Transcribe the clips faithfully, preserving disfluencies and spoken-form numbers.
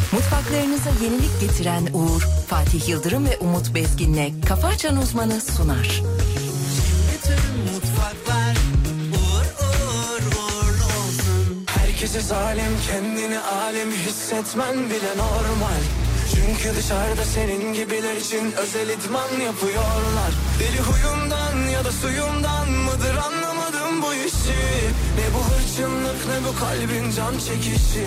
Mutfaklarınıza yenilik getiren Uğur, Fatih Yıldırım ve Umut Bezgin'le Kafa Açan Uzmanı sunar. Bütün mutfaklar uğur uğur uğurlu olsun. Herkese zalim, kendini alem hissetmen bile normal. Çünkü dışarıda senin gibiler için özel idman yapıyorlar. Deli huyumdan ya da suyumdan mıdır anlamadım bu işi. Ne bu hırçınlık ne bu kalbin can çekişi.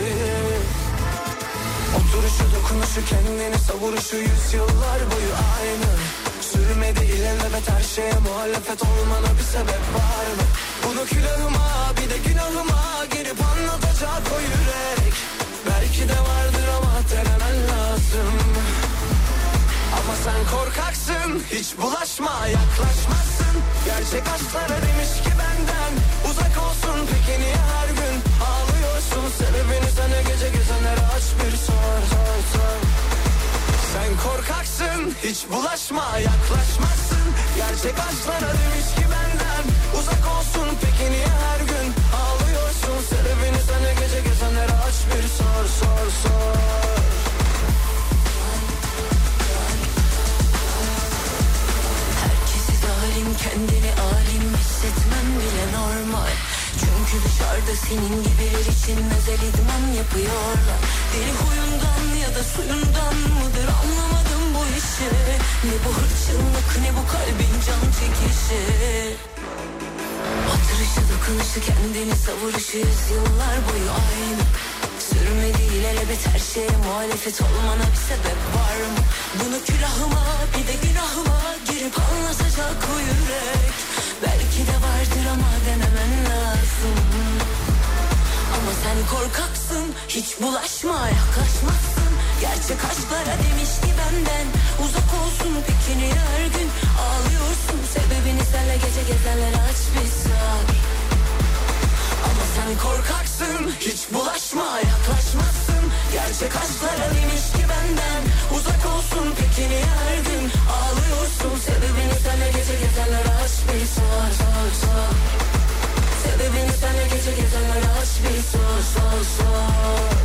Oturuşu dokunuşu kendini savuruşu yüzyıllar boyu aynı. Sürmedi ilelebet her şeye muhalefet olmana bir sebep var mı? Bunu külahıma bir de günahıma girip anlatacak o yürek. Belki de vardır ama denemen lazım. Ama sen korkaksın, hiç bulaşma, yaklaşmazsın. Gerçek aşklara demiş ki benden uzak olsun. Peki niye her gün ağlıyorsun? Sebebini sana gece gezenlere aç bir sor, sor, sor. Sen korkaksın, hiç bulaşma, yaklaşmazsın. Gerçek aşklara demiş ki benden uzak olsun. Peki niye her gün ağlıyorsun? Sebebini sana gece gezenlere aç bir sor, sor, sor. Kendini alim hissetmen bile normal. Çünkü dışarıda senin gibiler için özel idman yapıyorlar. Deli huyundan ya da suyundan mıdır anlamadım bu işi. Ne bu hırçınlık ne bu kalbin can çekişi. Oturuşu dokunuşu kendini savuruşu yüzyıllar boyu aynı. Sürmedi ilelebet her şeye muhalefet olmana bir sebep var mı? Bunu külahıma bir de günahıma girip anlatacak o yürek. Belki de vardır ama denemen lazım. Ama sen korkaksın, hiç bulaşma, yaklaşmazsın. Gerçek aşklara demiş ki benden uzak olsun. Peki niye her gün ağlıyorsun? Sebebini senle gece gezenlere aç bir sor. Ama sen korkaksın, hiç bulaşma, yaklaşmazsın. Gerçek aşklara demiş ki benden uzak olsun. Peki niye her gün ağlıyorsun? Sebebini senle gece gezenlere aç bir sor, sor, sor. Sebebini senle gece gezenlere aç bir sor, sor, sor.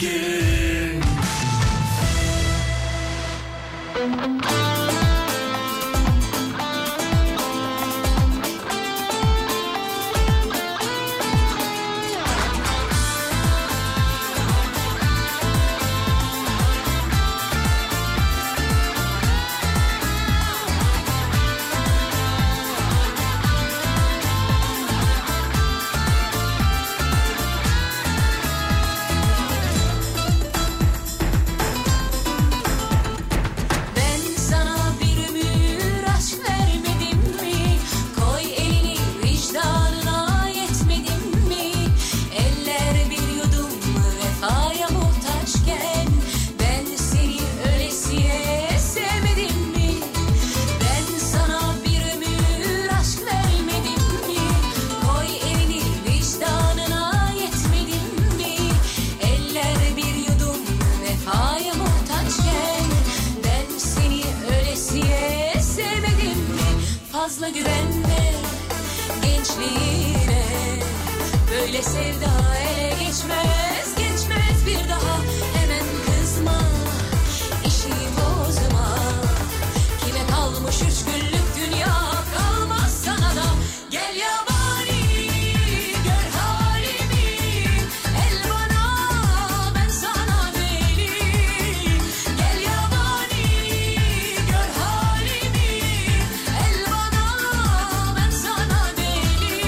Gezgin. Fazla güvenme gençliğine, böyle sevda ele geçmez, geçmez bir daha. Hemen kızma, işi bozma, kime kalmış üç günlük dünya, kalmaz sana da. Gel yabani, gör halimi, el bana, ben sana deli. Gel yabani, gör halimi, el bana, ben sana deli.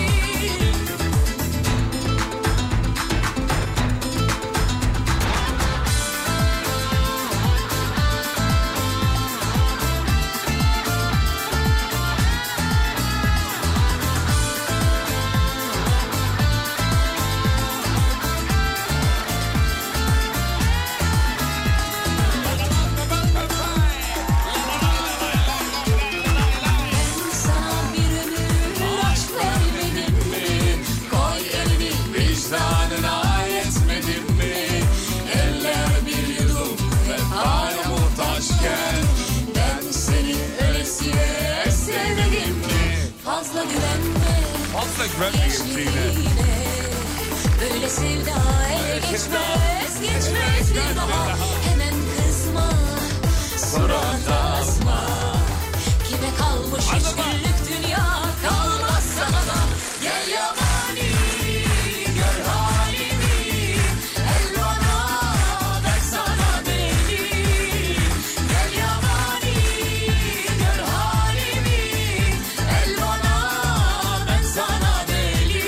Ben sana bir ömür aşk vermedim mi? Koy elini vicdanına, yetmedim mi? Eller bir yudum vefaya muhtaçken, ben seni öylesiye sevmedim mi? Fazla güvenme Fazla güvenme gençliğine. gençliğine, böyle sevda ele geçmez, geçmez bir daha. Hemen kızma, surat asma, kime kalmış üç günlük dünya, kalmaz sana da. Gel yabani, gör halimi, el bana, ben sana deli. Gel yabani, gör halimi, el bana, ben sana deli.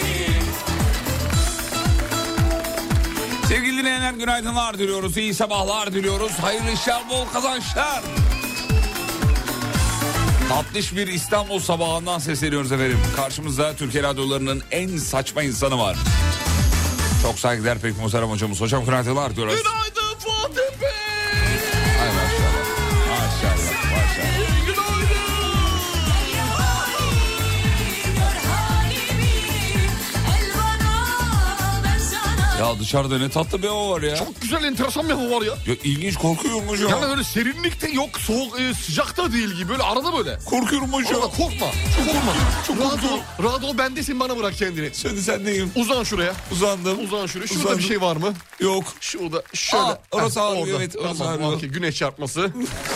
Sevgili dinleyenler, günaydınlar diliyoruz. İyi sabahlar diliyoruz. Hayırlı işler, bol kazançlar. Tatlış bir İstanbul sabahından sesleniyoruz efendim. Karşımızda Türkiye radyolarının en saçma insanı var. Çok saygıdeğer pek muhterem hocamız. Hocam günaydınlar diyoruz. Günaydın Fatih Bey. Ay maşallah. Maşallah. Maşallah. Ya dışarıda ne tatlı bir hava var ya. Çok güzel, enteresan bir hava var ya. Ya ilginç, korkuyorum hocam. Yani öyle serinlikte yok, soğuk, e, sıcakta değil gibi, böyle arada böyle. Korkuyorum hocam. Arada korkma, çok korkma. Çok rahat ol, rahat ol, bendesin, bana bırak kendini. Şimdi sendeyim. Uzan şuraya. Uzandım. Uzan şuraya. Şurada Uzandım. bir şey var mı? Yok. Şurada şöyle. Aa, orası Heh, ağrıyor, orada. evet, orası Tamam, ağrıyor. okey, güneş çarpması.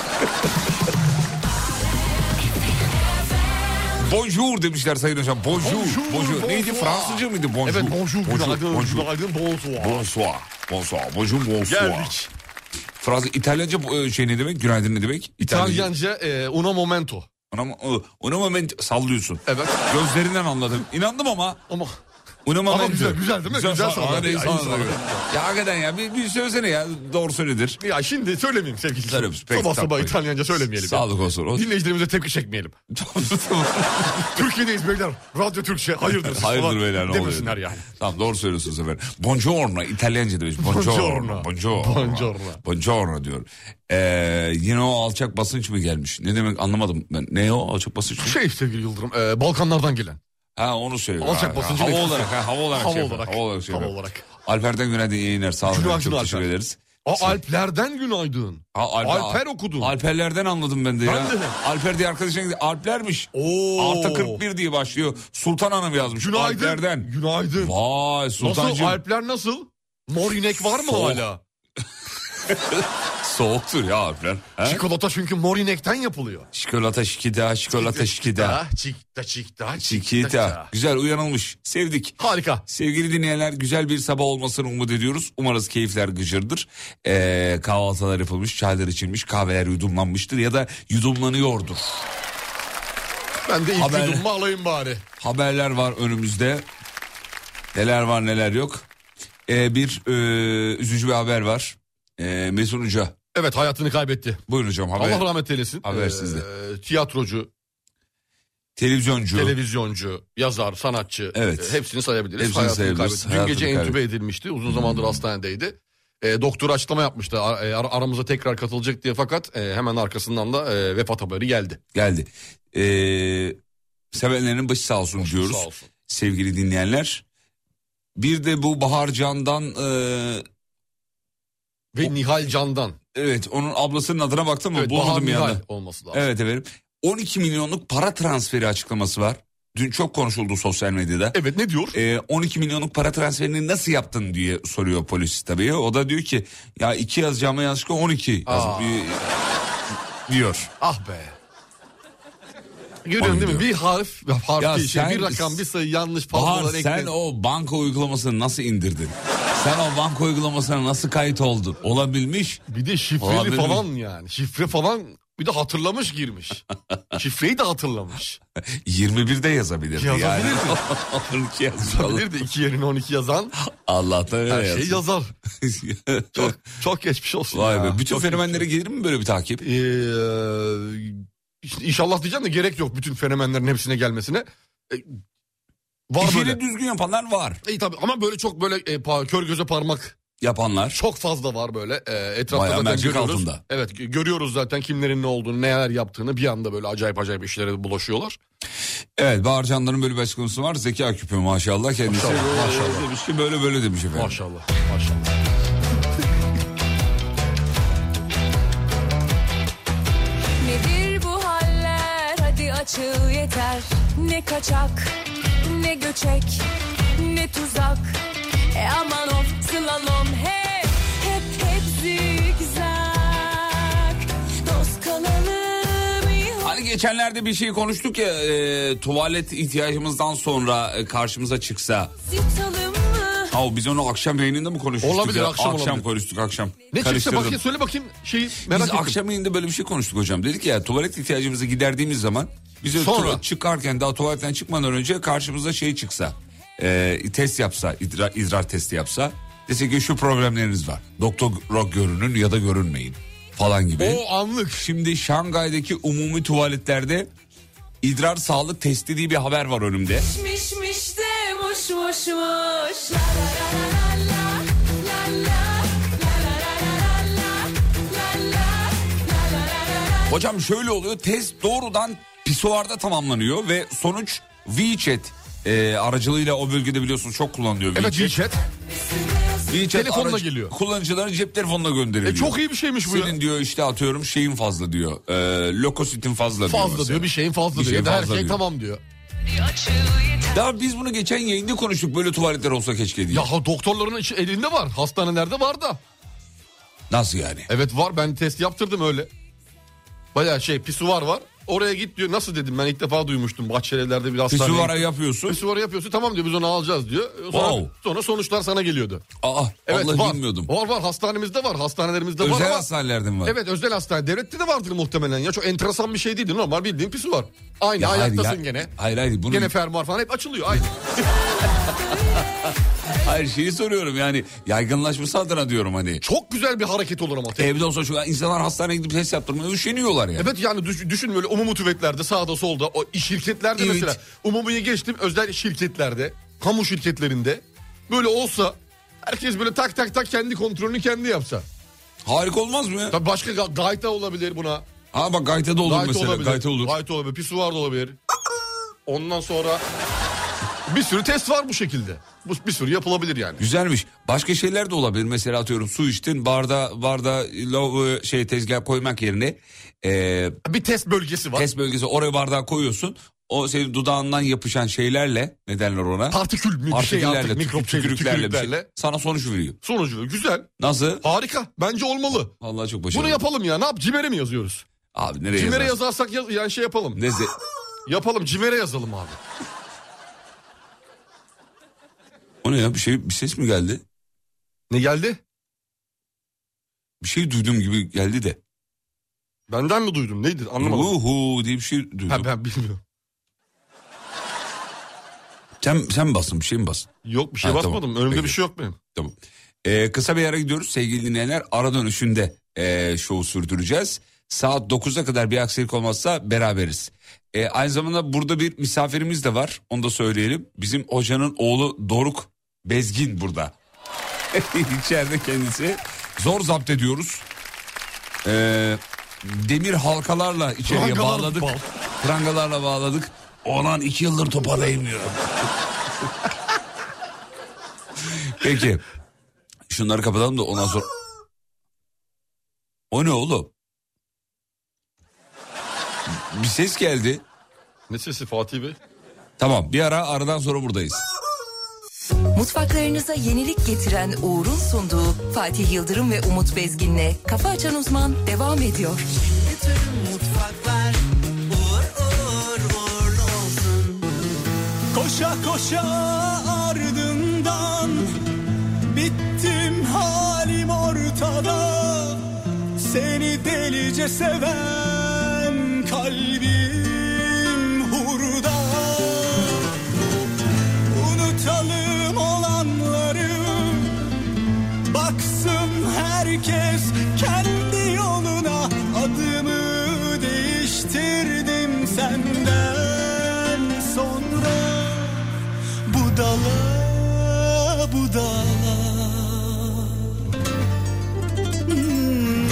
Bonjour demişler sayın hocam. Bonjour. Bonjour, Bonjour. Neydi, bonsoir. Fransızca mıydı bonjour? Evet, bonjour, günaydın, bonjour. günaydın, bonsoir. Bonsoir. Bonsoir. Bonjour, bonsoir. Geldik. Fransız, İtalyanca e, şey ne demek? Günaydın ne demek? İtalyanca e, una momento. Ona, ona moment sallıyorsun. Evet. Gözlerinden anladım. İnandım ama. Ama Una Ama moment. güzel, güzel değil mi? Güzel sall- salladı. Aa, Ya, salladı. iyi salladı. Ya hakikaten ya. Bir, bir söylesene ya. Doğru söyledir. ya şimdi söylemeyeyim sevgili. Söyle, peki, Sabah tamam, sabah peki. İtalyanca söylemeyelim. ya. Sağlık olsun. O- Dinleyicilerimize tepki çekmeyelim. Türkiye'deyiz beyler. Radyo Türkçe hayırdır. Hayırdır falan beyler, ne demesinler oluyor? yani. Tamam, doğru söylüyorsunuz efendim. Buongiorno İtalyanca demiş. Buongiorno. Buongiorno. Buongiorno. Buongiorno. Buongiorno diyor. Ee, yine o alçak basınç mı gelmiş? Ne demek anlamadım ben. Ne o alçak basınç mı? Şey sevgili Yıldırım, e, Balkanlardan gelen. Ha, onu söylüyor. Alçak Ha, basıncı Hava etkisi. olarak. Ha, hava olarak. Hava şey olarak. yapıyor, Hava olarak. Şey Hava yapıyor. olarak. Alper'den günaydın, iyi yayınlar. Sağ olun. Günaydın Çok Alper. teşekkür ederiz. A, Alplerden günaydın. Ha, Alper, Alper okudun. Alperlerden anladım ben de ya. Ben de. Alper diye arkadaşına gidiyor. Alplermiş. Oo. Artı kırk bir diye başlıyor. Sultan Hanım yazmış. Günaydın. Alplerden. Günaydın. Vay Nasıl? Sultancığım. Alpler nasıl? Mor inek var mı Soğuk. hala? Soğuktur ya harbiden. He? Çikolata çünkü mor inekten yapılıyor. Çikolata şikida, çikolata şikida. Çikita çikita Çikita. Güzel, uyanılmış. Sevdik. Harika. Sevgili dinleyenler, güzel bir sabah olmasını umut ediyoruz. Umarız keyifler gıcırdır. Ee, kahvaltılar yapılmış, çaylar içilmiş, kahveler yudumlanmıştır ya da yudumlanıyordur. Ben de ilk Haber... yudumumu alayım bari. Haberler var önümüzde. Neler var neler yok. Ee, bir e, üzücü bir haber var. Ee, Mesut Uca. Evet, hayatını kaybetti. Buyurun hocam. Haber, Allah rahmet eylesin. Haber ee, sizde. Tiyatrocu, televizyoncu, televizyoncu, yazar, sanatçı. Evet. E, hepsini sayabiliriz. Hepsini hayatını sayabiliriz. kaybetti. Dün Hayatını gece kaybetti. entübe edilmişti. Uzun zamandır hmm. hastanedeydi. E, doktor açıklama yapmıştı. Ar- aramıza tekrar katılacak diye, fakat e, hemen arkasından da e, vefat haberi geldi. Geldi. Ee, sevenlerin başı sağ olsun Başı diyoruz. sağ olsun. Sevgili dinleyenler. Bir de bu Bahar Can'dan... E, Ve o, Nihal Can'dan. Evet, onun ablasının adına baktım ama evet, bulamadım bir anda. Olması lazım. Evet efendim. on iki milyonluk para transferi açıklaması var. Dün çok konuşuldu sosyal medyada. Evet, ne diyor? Ee, on iki milyonluk para transferini nasıl yaptın diye soruyor polis tabii. O da diyor ki ya iki yazacağıma yanlışlıkla on iki yazıp diyor. Ah be. Görüyorsun değil mi? Bir harf, harf ya değil, sen, bir rakam, bir sayı yanlış Bahar, fazladan sen ekledin. o banka uygulamasını nasıl indirdin? Sen o banka uygulamasına nasıl kayıt oldun? Olabilmiş. Bir de şifreli Olabilmiş. falan yani. Şifre falan, bir de hatırlamış girmiş. Şifreyi de hatırlamış. yirmi birde yazabilirdi. Yazabilirdi. Yani. on iki yazabilirdi. iki yerine on iki yazan. Allah'tan öyle her yazsın. şey yazar. çok çok geçmiş olsun. Vay ya. be. Bütün çok fenomenlere gelir mi böyle bir takip? Ee, İnşallah diyeceğim de gerek yok bütün fenomenlerin hepsine gelmesine. Ee, var İşini böyle. düzgün yapanlar var. İyi tabii, ama böyle çok böyle e, pa, kör göze parmak yapanlar. Çok fazla var böyle. E, etrafta bayağı zaten görüyoruz. Altında. Evet, görüyoruz zaten kimlerin ne olduğunu, neler yaptığını, bir anda böyle acayip acayip işlere bulaşıyorlar. Evet, Bahar Can'ların böyle bir açıklaması var. Zeka küpü maşallah kendisi. Maşallah, maşallah. Demiş ki böyle böyle demiş efendim. Maşallah. Maşallah. Nedir bu haller, hadi açıl yeter. Ne kaçak, ne göçek, ne tuzak. E aman of slalom, hep hep hep zigzag. Dost kalalım iyi. Hani geçenlerde bir şey konuştuk ya, e, tuvalet ihtiyacımızdan sonra e, karşımıza çıksa. Ha, biz onu akşam yayınında mı konuşmuştuk? Olabilir, ya? akşam Akşam olabilir. konuştuk akşam. Ne çıksa bakayım, söyle bakayım şeyi, merak biz ettim. akşam yayında böyle bir şey konuştuk hocam. Dedik ya, tuvalet ihtiyacımızı giderdiğimiz zaman bize Sonra? çıkarken, daha tuvaletten çıkmadan önce karşımıza şey çıksa, e, test yapsa, idrar, idrar testi yapsa, dese ki şu problemleriniz var. Doktora görünün ya da görünmeyin falan gibi. O anlık. Şimdi Şangay'daki umumi tuvaletlerde idrar sağlık testi diye bir haber var önümde. Miş miş de muş muş muş. La la la la la la la. Hocam şöyle oluyor, test doğrudan pisuarda tamamlanıyor ve sonuç WeChat e, aracılığıyla o bölgede biliyorsunuz çok kullanılıyor Evet, WeChat. WeChat. WeChat Telefonla aracı, geliyor. Kullanıcıların cep telefonuna gönderiliyor. E çok iyi bir şeymiş bu Senin ya. diyor işte atıyorum şeyin fazla diyor. E, lokositin fazla, diyor. Fazla diyor, mesela. bir şeyin fazla Bir diyor. şey Her fazla şey diyor. tamam diyor. Daha biz bunu geçen yayında konuştuk, böyle tuvaletler olsa keşke diye. Ya doktorların içi- elinde var. Hastanelerde var da. Nasıl yani? Evet var, ben test yaptırdım öyle. Bayağı şey, pisuvar var. Oraya git diyor. Nasıl dedim, ben ilk defa duymuştum. Bahçelievler'de bir hastaneye. Pisuvara yapıyorsun. Pisuvara yapıyorsun, tamam diyor, biz onu alacağız diyor. Sonra, Wow. sonra sonuçlar sana geliyordu. Aa, Evet, vallahi var. bilmiyordum. Var var, hastanemizde var, hastanelerimizde var Özel ama. hastanelerde mi var? Evet, özel hastane. Devlette de vardır muhtemelen ya. Çok enteresan bir şey değildi. Normal bildiğin pisuvar. Aynı Ya hayır, ayaktasın ya- gene. Hayır hayır. Bunu... Gene fermuar falan hep açılıyor. Aynı. Hayır, şeyi soruyorum yani, yaygınlaşması adına diyorum hani. Çok güzel bir hareket olur ama. Evde olsa şu an insanlar hastaneye gidip test yaptırmaya üşeniyorlar yani. Evet yani düş, düşün böyle umumi tüvetlerde, sağda solda, o şirketlerde Evet. mesela. Umumiye geçtim, özel şirketlerde, kamu şirketlerinde böyle olsa, herkes böyle tak tak tak kendi kontrolünü kendi yapsa. Harika olmaz mı ya? Tabii başka ga- gayta olabilir buna. Ha bak, gayta da olur Gayta mesela. olabilir. Gayta olur. Gayta olabilir. Pisuvar da olabilir. Ondan sonra bir sürü test var bu şekilde. Bu bir sürü yapılabilir yani. Güzelmiş. Başka şeyler de olabilir. Mesela atıyorum su içtin, barda barda lavabo şey tezgah koymak yerine e, Bir test bölgesi var. test bölgesi, oraya bardağı koyuyorsun. o senin dudağından yapışan şeylerle, ne derler ona? Partikül mü bir şey artık, mikrop şeyleri, tükürüklerle, bir şey, tükürüklerle. sana sonuç veriyor. Sonucu güzel. Nasıl? Harika. Bence olmalı. Vallahi çok başarılı. Bunu yapalım ya. Ne yap? Cimer'e mi yazıyoruz? Abi nereye Cimer'e yazarsın? yazarsak yaz, yani şey yapalım. Ne ze- Yapalım, Cimer'e yazalım abi. O ne ya, bir şey, bir ses mi geldi? Ne geldi? Bir şey duydum gibi geldi de. Benden mi duydum? Neydi? Anlamadım. Uhu diye bir şey duydum. Ha, ben bilmiyorum. Sen, sen mi bastın, bir şey mi bastın? Yok, bir şey Ha, basmadım. tamam. Önümde Peki. bir şey yok benim. Tamam. Ee, kısa bir yere gidiyoruz sevgili dinleyenler. Ara dönüşünde e, şovu sürdüreceğiz. Saat dokuza kadar bir aksilik olmazsa beraberiz. Ee, aynı zamanda burada bir misafirimiz de var. Onu da söyleyelim. Bizim hocanın oğlu Doruk Bezgin burada. İçeride kendisi. Zor zapt ediyoruz. Ee, demir halkalarla içeriye Prangalar bağladık. bağ- Prangalarla bağladık. Oğlan iki yıldır topa değmiyor. Peki. Şunları kapatalım da ondan sonra... O ne oğlum? Bir ses geldi. Ne sesi Fatih Bey? Tamam, bir ara aradan sonra buradayız. Mutfaklarınıza yenilik getiren Uğur'un sunduğu Fatih Yıldırım ve Umut Bezgin'le Kafa Açan Uzman devam ediyor. Bütün mutfaklar uğur uğur uğurlu olsun. Koşa koşa ardından bittim halim ortada. Seni delice seven kalbim hurda. Unutalım olanları, baksın herkes kendi yoluna. Adımı değiştirdim senden sonra, budala budala. Hmm.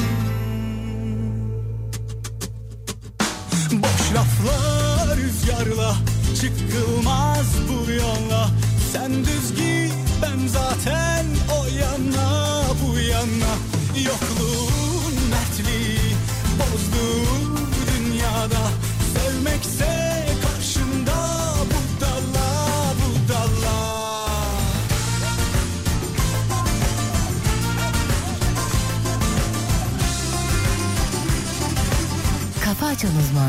Boş laflar rüzgarla çıkılmaz bu yolla. Sen düz git, ben zaten o yana bu yana. Yokluğun mertliği bozdu dünyada. Sevmekse karşında budala budala. Kafa Açan Uzman.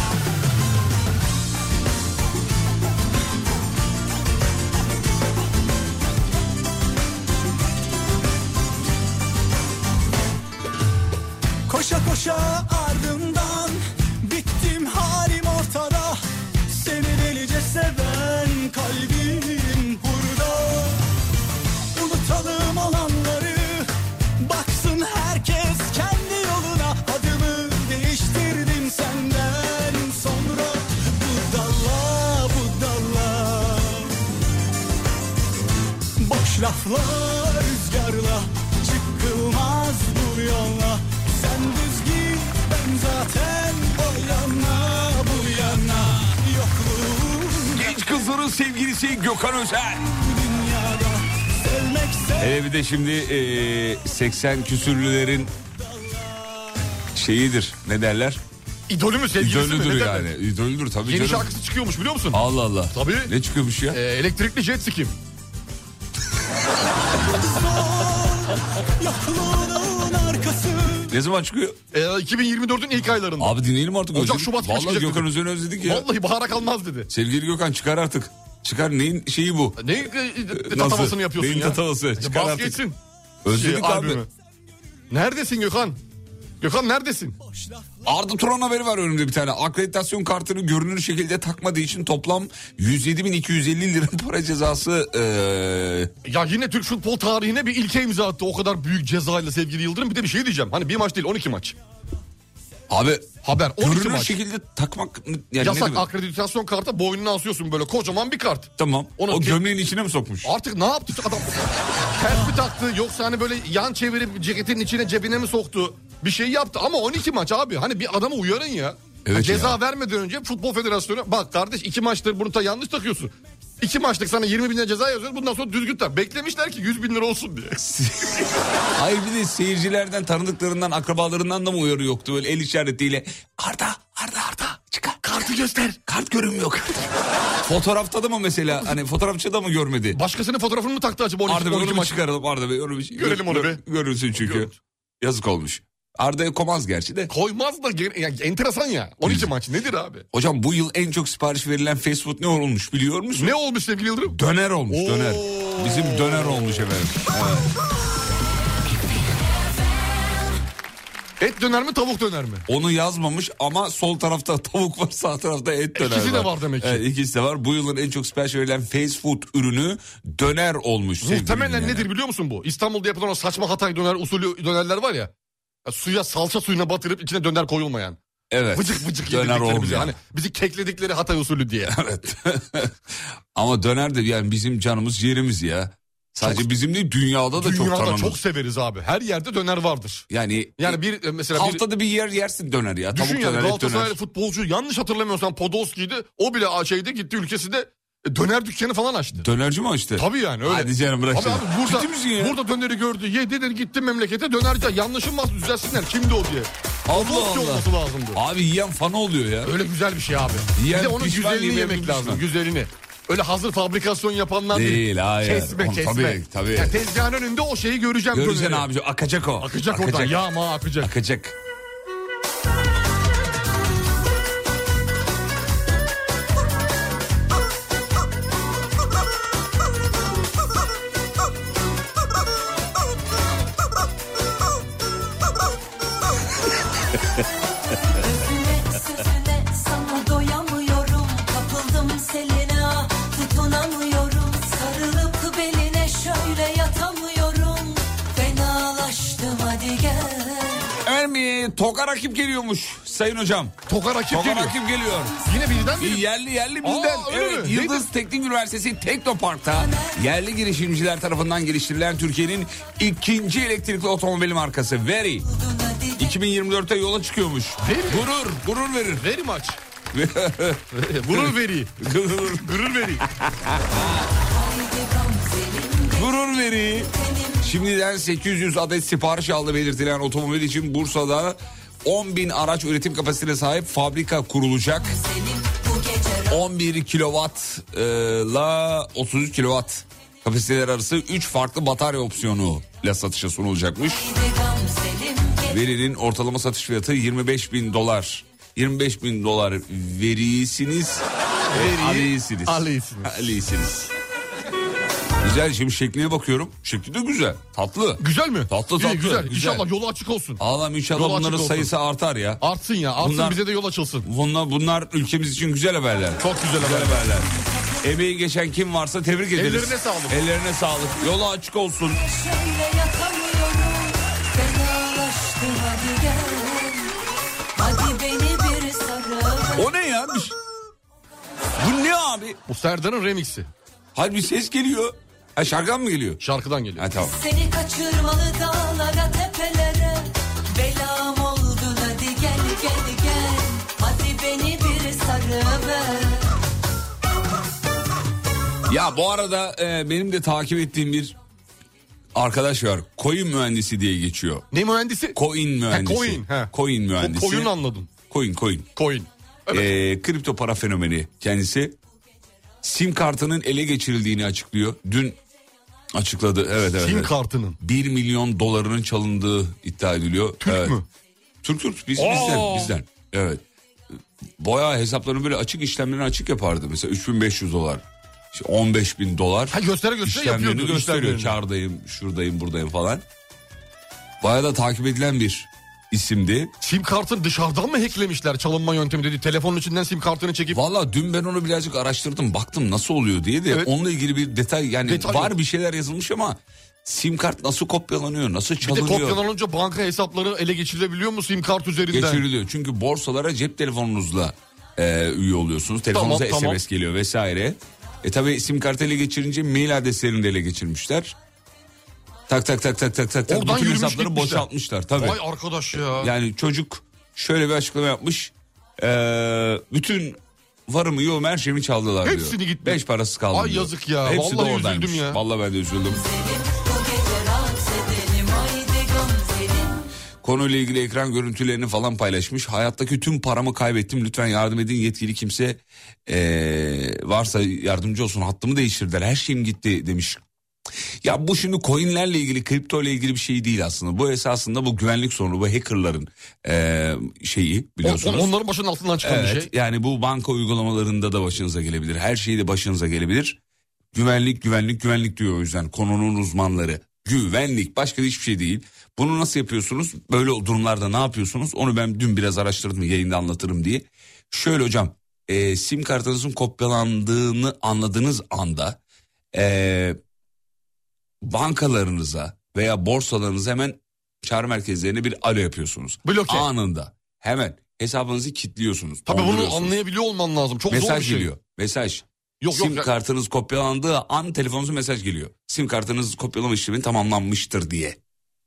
Koşa koşa ardından bittim halim ortada. Seni delice seven kalbim hurda. Unutalım olanları, baksın herkes kendi yoluna. Adımı değiştirdim senden sonra, budala budala. Boş laflar rüzgarla çıkılmaz bu yolla. Sen düz git, ben zaten o yana bu yana. Yokluğun Genç kızların sevgilisi Gökhan Özen. dünyada. Sevmekse Hele bir de şimdi e, seksen küsürlülerin şeyidir, ne derler? İdolü mü, sevgilisi mi? İdolüdür Ne derler? yani. İdolüdür tabii Yeni canım. şarkısı çıkıyormuş biliyor musun? Allah Allah. Tabii. Ne çıkıyormuş ya? Ee, elektrikli jet ski. yokluğun arkası. Ne zaman çıkıyor? Ee, iki bin yirmi dördün ilk aylarında. Abi dinleyelim artık. Ocak, özledik. Şubat gibi Vallahi çıkacak Gökhan dedi. Özen'i özledik ya. Vallahi bahara kalmaz dedi. Sevgili Gökhan çıkar artık. Çıkar, neyin şeyi bu? Ne e, tatavasını yapıyorsun Neyin ya? tatavası? İşte Çıkar bas artık. geçsin. Özledik Şey, abi. albümü. Neredesin Gökhan? Gökhan neredesin? Arda Turan haberi var önümde bir tane. Akreditasyon kartını görünür şekilde takmadığı için toplam yüz yedi bin iki yüz elli lira para cezası. Ee... Ya yine Türk futbol tarihine bir ilke imza attı. O kadar büyük cezayla sevgili Yıldırım. Bir de bir şey diyeceğim. Hani bir maç değil, on iki maç. Abi Haber on iki görünür maç. şekilde takmak yani ne Yasak, demek? akreditasyon kartı boynuna asıyorsun böyle kocaman bir kart. Tamam. Onu o ke- gömleğin içine mi sokmuş? Artık ne yaptı adam? Ters mi taktı, yoksa hani böyle yan çevirip ceketin içine, cebine mi soktu? Bir şey yaptı ama on iki maç abi. Hani bir adamı uyarın ya. Evet Ceza ya. vermeden önce Futbol Federasyonu, bak kardeş iki maçtır bunu da yanlış takıyorsun. İki maçlık sana yirmi bin lira ceza yazıyoruz, bundan sonra düzgün tak. Beklemişler ki yüz bin lira olsun diye. Hayır, bir de seyircilerden, tanıdıklarından, akrabalarından da mı uyarı yoktu? Böyle el işaretiyle Arda, Arda, Arda çıkar. Kartı Kartı göster. Kart görünmüyor. Fotoğrafta da mı mesela? Hani fotoğrafçıda mı görmedi? Başkasının fotoğrafını mı taktı acaba? on iki, Arda Bey on iki onu bir maç. çıkaralım. Arda Bey onu bir Görelim onu be. Görünsün çünkü. Gör. Yazık olmuş. Arda'ya komaz gerçi de. Koymaz da gene- yani enteresan ya. on iki maç nedir abi? Hocam bu yıl en çok sipariş verilen fast food ne olmuş biliyor musun? Ne olmuş sevgili Yıldırım? Döner olmuş, Oo. döner. Bizim döner olmuş efendim. Evet. Et döner mi tavuk döner mi? Onu yazmamış ama sol tarafta tavuk var, sağ tarafta et döner İkisi var. de var demek ki. Evet, ikisi de var. Bu yılın en çok sipariş verilen fast food ürünü döner olmuş. sevgili Muhtemelen dinleyenler. nedir biliyor musun bu? İstanbul'da yapılan o saçma Hatay döner usulü dönerler var ya. Ya suya salça suyuna batırıp içine döner koyulmayan. Evet. Vıcık vıcık Döner yedikleri bize. olmuyor. Hani bizi kekledikleri Hatay usulü diye. Evet. Ama döner de yani bizim canımız ciğerimiz ya. Sadece Çok- bizim değil dünyada da çok Dünyada tanınır. çok severiz abi. Her yerde döner vardır. Yani, Yani bir e, mesela bir, haftada bir yer yersin döner ya. düşün Tavuk yani döner, et Galatasaray döner. futbolcu yanlış hatırlamıyorsam Podolski'ydi. O bile şeyde gitti ülkesinde e, döner dükkanı falan açtı. Dönerci mi açtı? Tabii yani öyle. Hadi canım bırak Abi, şimdi. abi burada, Ciddi misin ya? burada döneri gördü. Yedi dedi gitti memlekete dönerci. Yanlışım var düzelsinler. Kimdi o diye. Allah Podolski Allah. olması lazımdı. Abi yiyen fanı oluyor ya. Öyle güzel bir şey abi. Yiyen bir de onun pişman, güzelini yemeyen yemek pişman. lazım. Güzelini. Öyle hazır fabrikasyon yapanlar değil. Değil, hayır. Kesme Oğlum, kesme. tabii, tabii. Yani tezgahın önünde o şeyi göreceğim. Göreceksin döneri. abi akacak o. Akacak oradan yağ ma akacak. Akacak. Özüne sözüne sana doyamıyorum. Kapıldım seline tutunamıyorum. Sarılıp beline şöyle yatamıyorum. Fenalaştım hadi gel. Efendim Toka rakip geliyormuş sayın hocam. Toka rakip Toka geliyor. rakip geliyor. Yine birden Bir mi? yerli yerli bizden. öyle Evet, mi? Yıldız Teknik Üniversitesi Teknopark'ta yerli girişimciler tarafından geliştirilen Türkiye'nin ikinci elektrikli otomobil markası Very. iki bin yirmi dörtte yola çıkıyormuş. Very. Gurur, gurur verir. Veri maç. Gurur veri. gurur, Gurur veri. gurur veri. Şimdiden sekiz yüz adet sipariş aldı belirtilen otomobil için Bursa'da on bin araç üretim kapasitesine sahip fabrika kurulacak. on bir kilowattla otuz üç kilowatt kapasiteler arası üç farklı batarya opsiyonu ile satışa sunulacakmış. Verinin ortalama satış fiyatı yirmi beş bin dolar. yirmi beş bin dolar verisiniz. Veriyi Aliyisiniz. aliyisiniz. Aliyisiniz. Güzel, şimdi şekline bakıyorum. Şekli de güzel. Tatlı. Güzel mi? Tatlı İyi, tatlı. güzel. İnşallah yolu açık olsun. Allah'ım inşallah Yolu açık bunların olsun. sayısı artar ya. Artsın ya. Artsın Bunlar- bize de yol açılsın. Bunlar, bunlar ülkemiz için güzel haberler. Çok güzel Güzel haberler. haberler. Emeği geçen kim varsa tebrik ederiz. Ellerine sağlık. Ellerine sağlık. Yolu açık olsun. Şöyle yatamıyorum. Fenalaştım hadi gel. Hadi beni bir sarıl. O ne ya? Bir- Bu ne abi? Bu Serdar'ın remixi. Hayır bir ses geliyor. Ha şarkıdan mı geliyor? Şarkıdan geliyor. Ha tamam. Seni kaçırmalı dağlara tepelere. Belam oldun hadi gel gel gel. Hadi beni bir sarıver. Ya bu arada e, benim de takip ettiğim bir arkadaş var. Coin mühendisi diye geçiyor. Ne mühendisi? Coin mühendisi. coin, he. Coin mühendisi. Koyun anladım. Coin coin. Coin. Evet. Ee, kripto para fenomeni kendisi. Sim kartının ele geçirildiğini açıklıyor. Dün açıkladı. Evet evet. Sim evet. kartının. bir milyon dolarının çalındığı iddia ediliyor. Türk Evet. mü? Türk Türk biz, Aa! bizden bizden. Evet. Bayağı hesaplarını böyle açık işlemlerini açık yapardı. Mesela üç bin beş yüz dolar. İşte on beş bin dolar. Ha göstere göstere İşlemlerini yapıyordu. gösteriyor. işlemlerini. Kârdayım, şuradayım, buradayım falan. Bayağı da takip edilen bir isimdi. Sim kartını dışarıdan mı hacklemişler çalınma yöntemi dedi. Telefonun içinden sim kartını çekip. Valla dün ben onu birazcık araştırdım. Baktım nasıl oluyor diye de Evet. onunla ilgili bir detay yani Detay var yok. bir şeyler yazılmış ama sim kart nasıl kopyalanıyor, nasıl Bir de çalınıyor? kopyalanınca banka hesapları ele geçirilebiliyor mu sim kart üzerinden? Geçiriliyor. Çünkü borsalara cep telefonunuzla e, üye oluyorsunuz. Telefonunuza Tamam, S M S tamam. geliyor vesaire. E tabi sim kartı ele geçirince mail adreslerini de ele geçirmişler. Tak tak tak tak tak tak. tak. Oradan Bütün yürümüş hesapları gitmişler. boşaltmışlar tabii. Vay arkadaş ya. Yani çocuk şöyle bir açıklama yapmış. E, bütün varımı yoğumu her şeyimi çaldılar diyor. Hepsini gitti. Beş parası kaldı Ay diyor. yazık ya. Hepsi Vallahi de oradaymış. üzüldüm ya. Vallahi ben de üzüldüm. Bu gece rahat edelim haydi gamzelim. Konuyla ilgili ekran görüntülerini falan paylaşmış. Hayattaki tüm paramı kaybettim. Lütfen yardım edin. Yetkili kimse ee, varsa yardımcı olsun. Hattımı değiştirdiler. Her şeyim gitti demiş. Ya bu şimdi coinlerle ilgili, kripto ile ilgili bir şey değil aslında. Bu esasında bu güvenlik sorunu, bu hackerların ee, şeyi biliyorsunuz. On, onların başının altından çıkan evet, bir şey. Yani bu banka uygulamalarında da başınıza gelebilir. Her şeyde başınıza gelebilir. Güvenlik, güvenlik, güvenlik diyor o yüzden konunun uzmanları. Güvenlik, başka hiçbir şey değil. Bunu nasıl yapıyorsunuz? Böyle durumlarda ne yapıyorsunuz? Onu ben dün biraz araştırdım, yayında anlatırım diye. Şöyle hocam, e, sim kartınızın kopyalandığını anladığınız anda e, bankalarınıza veya borsalarınıza hemen çağrı merkezlerine bir alo yapıyorsunuz. Bloke. Anında hemen hesabınızı kilitliyorsunuz. Tabii bunu anlayabiliyor olman lazım. Çok mesaj zor bir şey. geliyor. Mesaj. Yok, Sim yok. kartınız kopyalandığı an telefonunuza mesaj geliyor. Sim kartınız kopyalama işlemi tamamlanmıştır diye.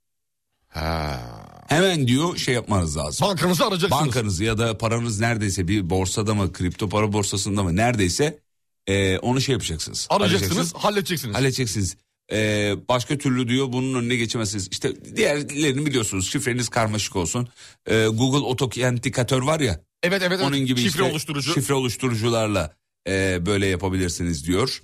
Ha. Hemen diyor şey yapmanız lazım. Bankanızı arayacaksınız. Bankanızı ya da paranız neredeyse bir borsada mı, kripto para borsasında mı neredeyse e, onu şey yapacaksınız. Arayacaksınız, Arayacaksınız, halledeceksiniz. halledeceksiniz. E, başka türlü diyor bunun önüne geçemezsiniz. İşte diğerlerini biliyorsunuz, şifreniz karmaşık olsun. E, Google Otokentikatör var ya. Evet evet. Onun evet. gibi şifre işte, oluşturucu. şifre oluşturucularla e, böyle yapabilirsiniz diyor.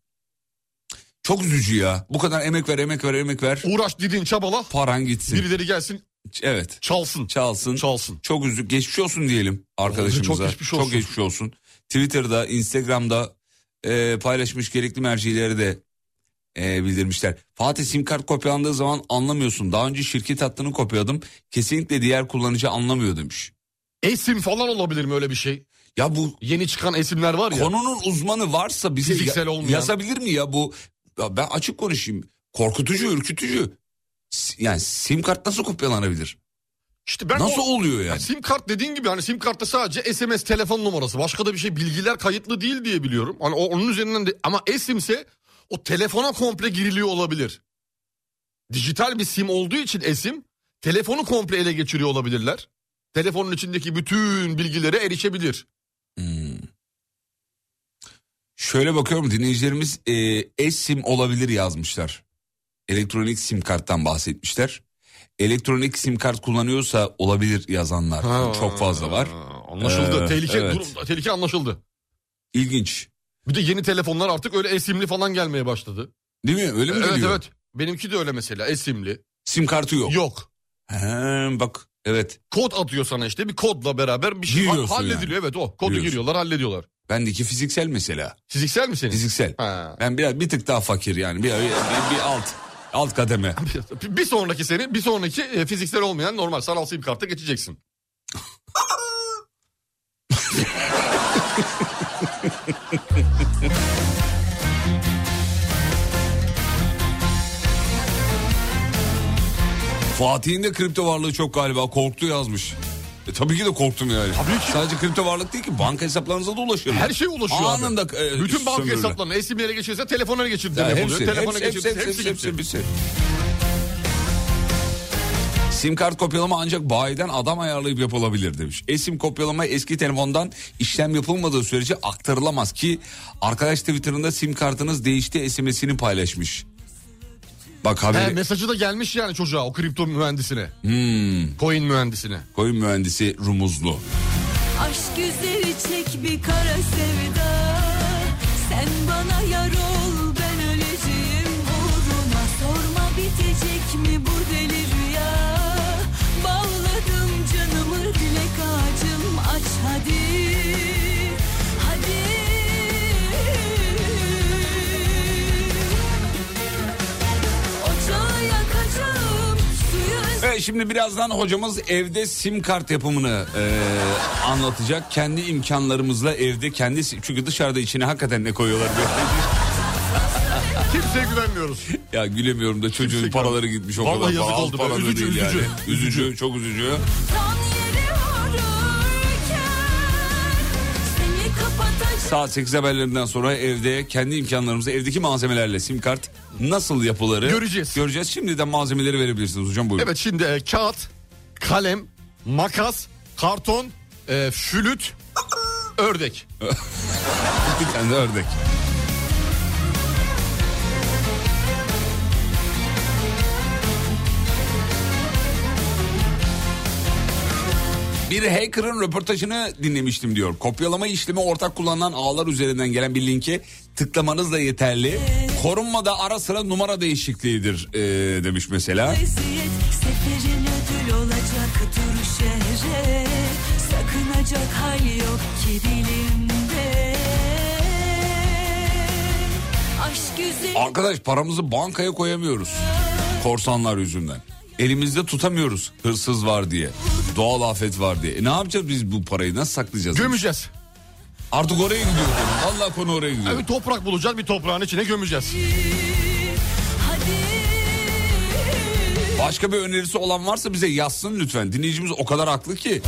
Çok üzücü ya. Bu kadar emek ver, emek ver, emek ver. Uğraş, didin, çabala. Paran gitsin. Birileri gelsin, Evet. çalsın. Çalsın. Çalsın. Çok üzücü. Geçmiş olsun diyelim arkadaşımıza. Çok geçmiş olsun. Çok geçmiş olsun. Twitter'da, Instagram'da e, paylaşmış, gerekli mercileri de e, bildirmişler. Fatih, sim kart kopyalandığı zaman anlamıyorsun. Daha önce şirket hattını kopyaladım. Kesinlikle diğer kullanıcı anlamıyor demiş. Esim falan olabilir mi öyle bir şey? Ya bu Yeni çıkan esimler var ya. konunun uzmanı varsa bize Fiziksel ya- olmayan. yazabilir mi ya bu? Ya ben açık konuşayım. Korkutucu, ürkütücü. S- Yani sim kart nasıl kopyalanabilir? İşte ben Nasıl o- oluyor yani? Ya sim kart dediğin gibi hani sim kartta sadece S M S telefon numarası, başka da bir şey, bilgiler kayıtlı değil diye biliyorum. Hani o, onun üzerinden de, ama esimse o telefona komple giriliyor olabilir. Dijital bir sim olduğu için esim telefonu komple ele geçiriyor olabilirler. Telefonun içindeki bütün bilgilere erişebilir. Hmm. Şöyle bakıyorum, dinleyicilerimiz e, eSIM olabilir yazmışlar. Elektronik sim karttan bahsetmişler. Elektronik sim kart kullanıyorsa olabilir yazanlar Ha, çok fazla var. Anlaşıldı. Ee, tehlike evet. durum, tehlike anlaşıldı. İlginç. Bir de yeni telefonlar artık öyle esimli falan gelmeye başladı. Değil mi? Öyle mi Evet geliyor? evet. Benimki de öyle mesela, esimli. Sim kartı yok. Yok. He, bak evet. Kod atıyor sana, işte bir kodla beraber bir şey ha- Giriyorsun hallediliyor. yani. Evet o. Kodu Giriyorsun. giriyorlar, hallediyorlar. Bendeki fiziksel mesela. Fiziksel mi senin? Fiziksel. Ha. Ben biraz bir tık daha fakir yani. Bir, bir, bir, bir alt alt kademe. Bir- Bir sonraki senin, bir sonraki e, fiziksel olmayan normal sanal sim karta geçeceksin. Fatih'in de kripto varlığı çok galiba, korktu yazmış. E, tabii ki de korktum yani. Tabii ki. Sadece kripto varlık değil ki, banka hesaplarınıza da ulaşıyorlar. Her şey ulaşıyor abi. Anında e, Bütün banka sömürürler. hesaplarına esimli ele geçirirse telefona ele geçirdi Ya demek hepsi, oluyor. Telefona hepsi, geçirdi. hepsi, Hepsi, hepsi, hepsi, hepsi, hepsi. Sim kart kopyalama ancak bayiden adam ayarlayıp yapılabilir demiş. E-sim kopyalama eski telefondan işlem yapılmadığı sürece aktarılamaz ki arkadaş Twitter'ında sim kartınız değişti S M S'ini paylaşmış. Bak haberi. He, mesajı da gelmiş yani çocuğa, o kripto mühendisine. Hmm, Coin mühendisine. koyun mühendisi Rumuzlu. Aşk güzeli çek bir kara sevda. Sen bana yar ol, ben öleceğim uğruna. Sorma bitecek mi bu deli rüya. Bağladım canımı dilek ağacım, aç hadi. Hadi. Ocağı yakacağım, suyu Evet, şimdi birazdan hocamız evde sim kart yapımını e, anlatacak. Kendi imkanlarımızla evde kendi, çünkü dışarıda içine hakikaten ne koyuyorlar böyle. Kimseye güvenmiyoruz. Ya gülemiyorum da çocuğun Kimse paraları gitmiş o Vallahi kadar. yazık Az oldu be. para da Üzücü, değil üzücü. yani. Üzücü, çok üzücü. Tan yeri vururken seni kapatacağım. Saat sekiz haberlerinden sonra evde kendi imkanlarımızla evdeki malzemelerle sim kart nasıl yapıları Göreceğiz. Göreceğiz. Şimdiden malzemeleri verebilirsiniz hocam, buyurun. Evet şimdi e, kağıt, kalem, makas, karton, e, flüt, ördek. Bir tane de ördek. Bir hacker'ın röportajını dinlemiştim diyor. Kopyalama işlemi ortak kullanılan ağlar üzerinden gelen bir linke tıklamanız da yeterli. Korunmada ara sıra numara değişikliğidir ee, demiş mesela. Seferin ödül olacak dur şehre, sakınacak hal yok ki dilimde. Aşk güzel. Arkadaş paramızı bankaya koyamıyoruz korsanlar yüzünden. Elimizde tutamıyoruz hırsız var diye, doğal afet var diye. E ne yapacağız biz bu parayı, nasıl saklayacağız? Gömeceğiz. Artık oraya gidiyor. Vallahi konu oraya gidiyor. Yani bir toprak bulacağız, bir toprağın içine gömeceğiz. Başka bir önerisi olan varsa bize yazsın lütfen. Dinleyicimiz o kadar haklı ki.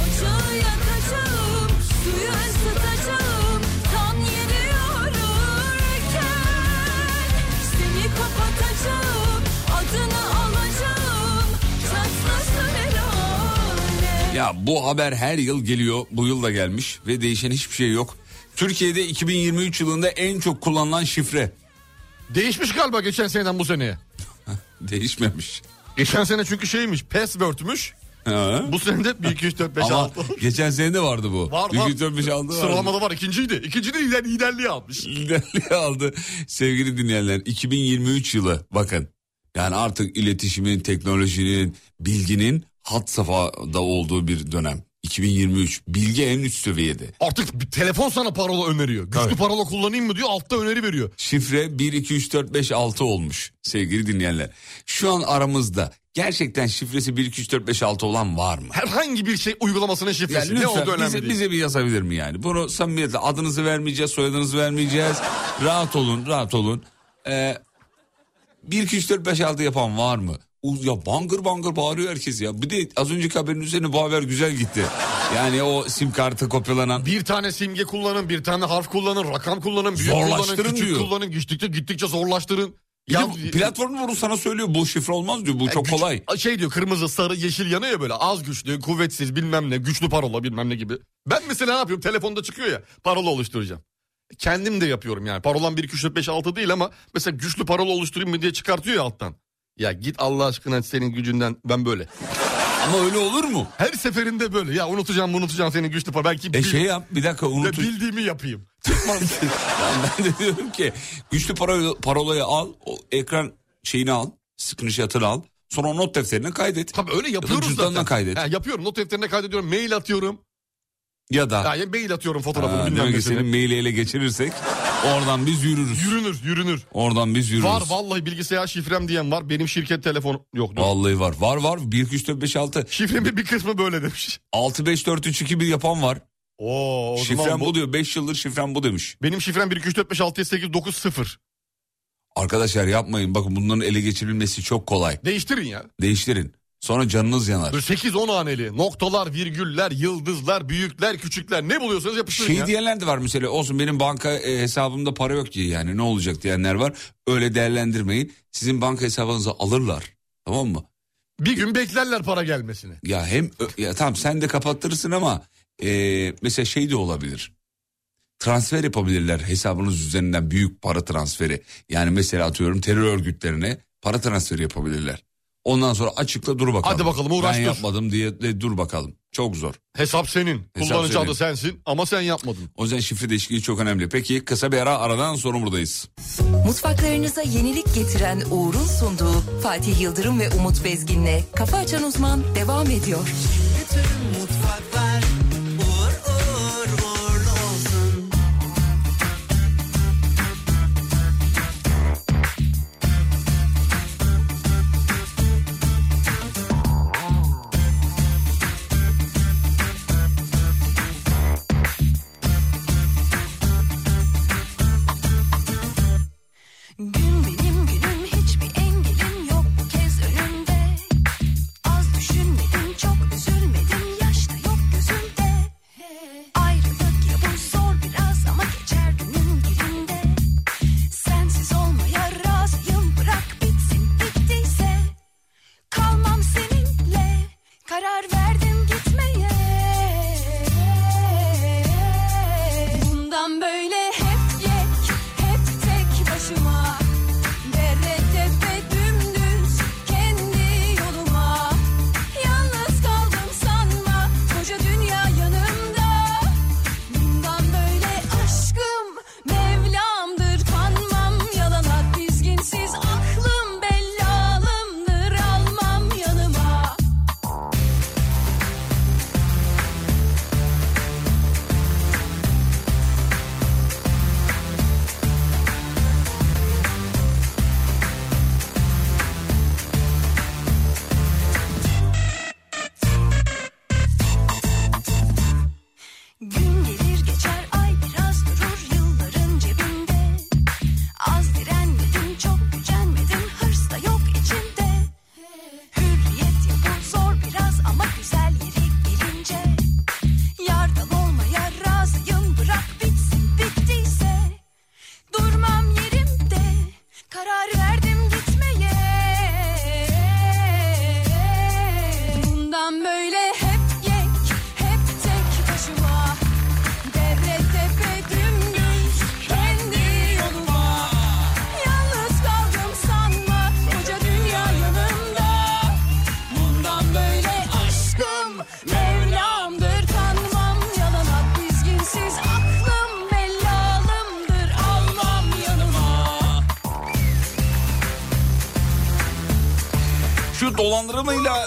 Ya bu haber her yıl geliyor. Bu yıl da gelmiş ve değişen hiçbir şey yok. Türkiye'de iki bin yirmi üç yılında en çok kullanılan şifre. Değişmiş galiba geçen seneden bu seneye. Değişmemiş. Geçen sene çünkü şeymiş, password'müş. Ha. Bu sene de bir iki üç dört beş altı. Ama geçen sene de vardı bu. Var bir, var. iki, üç, dört, beş, altı vardı. Sıralamada var, ikinciydi. İkinci de lider, liderliği almış. Liderliği aldı. Sevgili dinleyenler, iki bin yirmi üç yılı bakın. Yani artık iletişimin, teknolojinin, bilginin had safhada olduğu bir dönem. iki bin yirmi üç bilgi en üst seviyede. Artık bir telefon sana parola öneriyor. Güçlü evet. Parola kullanayım mı diyor, altta öneri veriyor. Şifre bir iki üç dört beş altı olmuş sevgili dinleyenler. Şu an aramızda gerçekten şifresi bir iki üç dört beş altı olan var mı? Herhangi bir şey uygulamasının şifresi. Yani ne lütfen, oldu önemli bize, değil. bize bir yazabilir mi yani? Bunu samimiyetle adınızı vermeyeceğiz, soyadınızı vermeyeceğiz. Rahat olun, rahat olun. Ee, bir iki üç dört beş altı yapan var mı? Ya bangır bangır bağırıyor herkes ya. Bir de az önceki haberin üzerine bu haber güzel gitti. Yani o sim kartı kopyalanan. Bir tane simge kullanın, bir tane harf kullanın, rakam kullanın, büyük kullanın, küçük diyor. kullanın. Gittikçe gittikçe zorlaştırın. Ya, platformun bunu sana söylüyor, bu şifre olmaz diyor, bu çok güç, kolay. Şey diyor, kırmızı, sarı, yeşil yanıyor böyle, az güçlü, kuvvetsiz, bilmem ne, güçlü parola bilmem ne gibi. Ben mesela ne yapıyorum, telefonda çıkıyor ya, parola oluşturacağım. Kendim de yapıyorum yani, parolam bir iki üç dört beş altı değil ama mesela güçlü parola oluşturayım mı diye çıkartıyor ya alttan. Ya git Allah aşkına, senin gücünden ben böyle. Ama öyle olur mu? Her seferinde böyle ya, unutacağım unutacağım senin güçlü parola. Belki e bil... şey yap bir dakika unut. Bildiğimi yapayım. Ben de diyorum ki güçlü parola, parolayı al, o ekran şeyini al, screenshot'ını al. Sonra o not defterine kaydet. Tabii öyle yapıyoruz ya zaten. Kaydet. Ha, yapıyorum, not defterine kaydediyorum, mail atıyorum. Ya da. Ya mail atıyorum fotoğrafını. Ha, demek ki senin maili ele geçirirsek oradan biz yürürüz. Yürünür yürünür. Oradan biz yürürüz. Var vallahi, bilgisayar şifrem diyen var. Benim şirket telefonu yok. Vallahi var. Var var. bir iki üç dört beş altı. Şifremin bir kısmı böyle demiş. altı beş dört üç iki bir yapan var. Oo, o şifrem bu... bu diyor. beş yıldır şifrem bu demiş. Benim şifrem bir iki üç dört beş altı yedi sekiz dokuz sıfır. Arkadaşlar yapmayın. Bakın bunların ele geçirilmesi çok kolay. Değiştirin ya. Değiştirin. Sonra canınız yanar. sekiz on haneli noktalar, virgüller, yıldızlar, büyükler, küçükler, ne buluyorsanız yapıştırın şey ya. diyenler de var mesela, olsun benim banka e, hesabımda para yok ki yani ne olacak diyenler var. Öyle değerlendirmeyin. Sizin banka hesabınızı alırlar. Tamam mı? Bir gün beklerler para gelmesini. Ya hem ya tamam sen de kapattırırsın ama e, mesela şey de olabilir. Transfer yapabilirler hesabınız üzerinden, büyük para transferi. Yani mesela atıyorum terör örgütlerine para transferi yapabilirler. Ondan sonra açıkla, dur bakalım. Hadi bakalım, uğraş ben dur. yapmadım diye de dur bakalım. Çok zor. Hesap senin. Hesap Kullanıcı senin. adı sensin ama sen yapmadın. O yüzden şifre değişikliği çok önemli. Peki kısa bir ara, aradan sonra buradayız. Mutfaklarınıza yenilik getiren Uğur'un sunduğu Fatih Yıldırım ve Umut Bezgin'le Kafa Açan Uzman devam ediyor. Bütün mutfaklar uğur uğur uğurlu olsun. Gün benim günüm, hiçbir engelim yok bu kez önümde. Az düşünmedim, çok üzülmedim, yaşta yok dolandırmayla...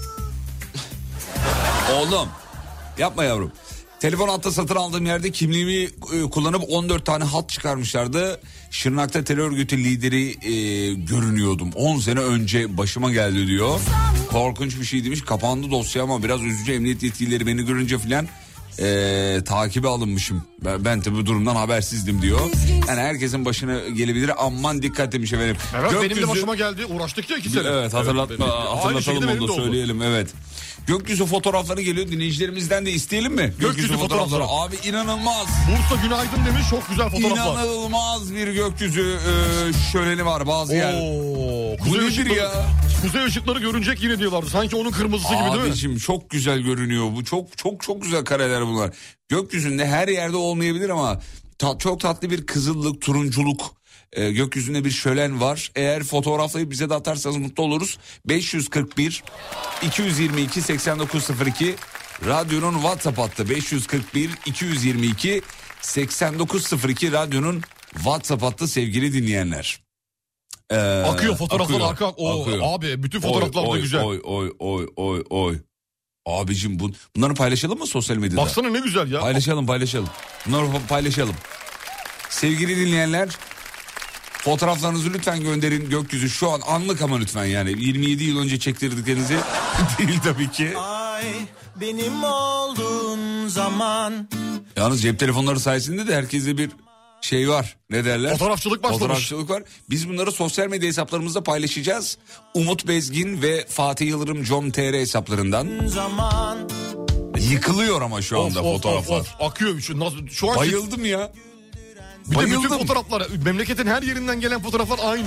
Oğlum yapma yavrum. Telefon hattı satın aldığım yerde kimliğimi e, kullanıp on dört tane hat çıkarmışlardı. Şırnak'ta terör örgütü lideri e, görünüyordum. on sene önce başıma geldi diyor. Korkunç bir şey demiş. Kapandı dosya ama biraz üzücü, emniyet yetkilileri beni görünce filan e, takibe alınmışım. Ben, ben tabii bu durumdan habersizdim diyor. Yani herkesin başına gelebilir. Aman dikkat demiş efendim. Evet, Gökyüzü... benim de başıma geldi. Uğraştık ya iki sene. Evet hatırlatma, evet, hatırlatalım onu da söyleyelim. Evet. Gökyüzü fotoğrafları geliyor, dinleyicilerimizden de isteyelim mi? Gökyüzü, Gökyüzü fotoğrafları. fotoğrafları. Abi inanılmaz. Bursa günaydın demiş, çok güzel fotoğraf var. İnanılmaz bir gökyüzü e, şöleni var bazı yer. Oo, Bu kuzey nedir ışıkları, ya? Kuzey ışıkları görünecek yine diyorlardı. Sanki onun kırmızısı gibi değil mi? Abicim çok güzel görünüyor bu. Çok çok çok güzel kareler bunlar. Gökyüzünde her yerde olmayabilir ama ta, çok tatlı bir kızıllık, turunculuk. Ee, gökyüzünde bir şölen var. Eğer fotoğraflayıp bize de atarsanız mutlu oluruz. beş yüz kırk bir iki yüz yirmi iki seksen dokuz sıfır iki radyonun WhatsApp hattı. beş yüz kırk bir iki yüz yirmi iki seksen dokuz sıfır iki radyonun WhatsApp hattı sevgili dinleyenler. Ee, akıyor fotoğraflar akıyor, arka. O, akıyor. Abi bütün fotoğraflar oy, da oy, güzel. Oy oy oy oy oy. Abicim bu, bunları paylaşalım mı sosyal medyada? Baksana ne güzel ya. Paylaşalım paylaşalım. Bunları paylaşalım. Sevgili dinleyenler, fotoğraflarınızı lütfen gönderin. Gökyüzü şu an anlık ama lütfen yani. yirmi yedi yıl önce çektirdiklerinizi değil tabii ki. Ay benim olduğun zaman. Yalnız cep telefonları sayesinde de herkese bir şey var. Ne derler? Fotoğrafçılık başlamış. Fotoğrafçılık var. Biz bunları sosyal medya hesaplarımızda paylaşacağız. Umut Bezgin ve Fatih Yıldırım com nokta tr hesaplarından. Zaman. Yıkılıyor ama şu anda of, of, fotoğraflar. Of, of. Akıyor şu, nasıl, şu an Bayıldım ya. Bir Bayıldım. de bütün fotoğraflar, memleketin her yerinden gelen fotoğraflar aynı.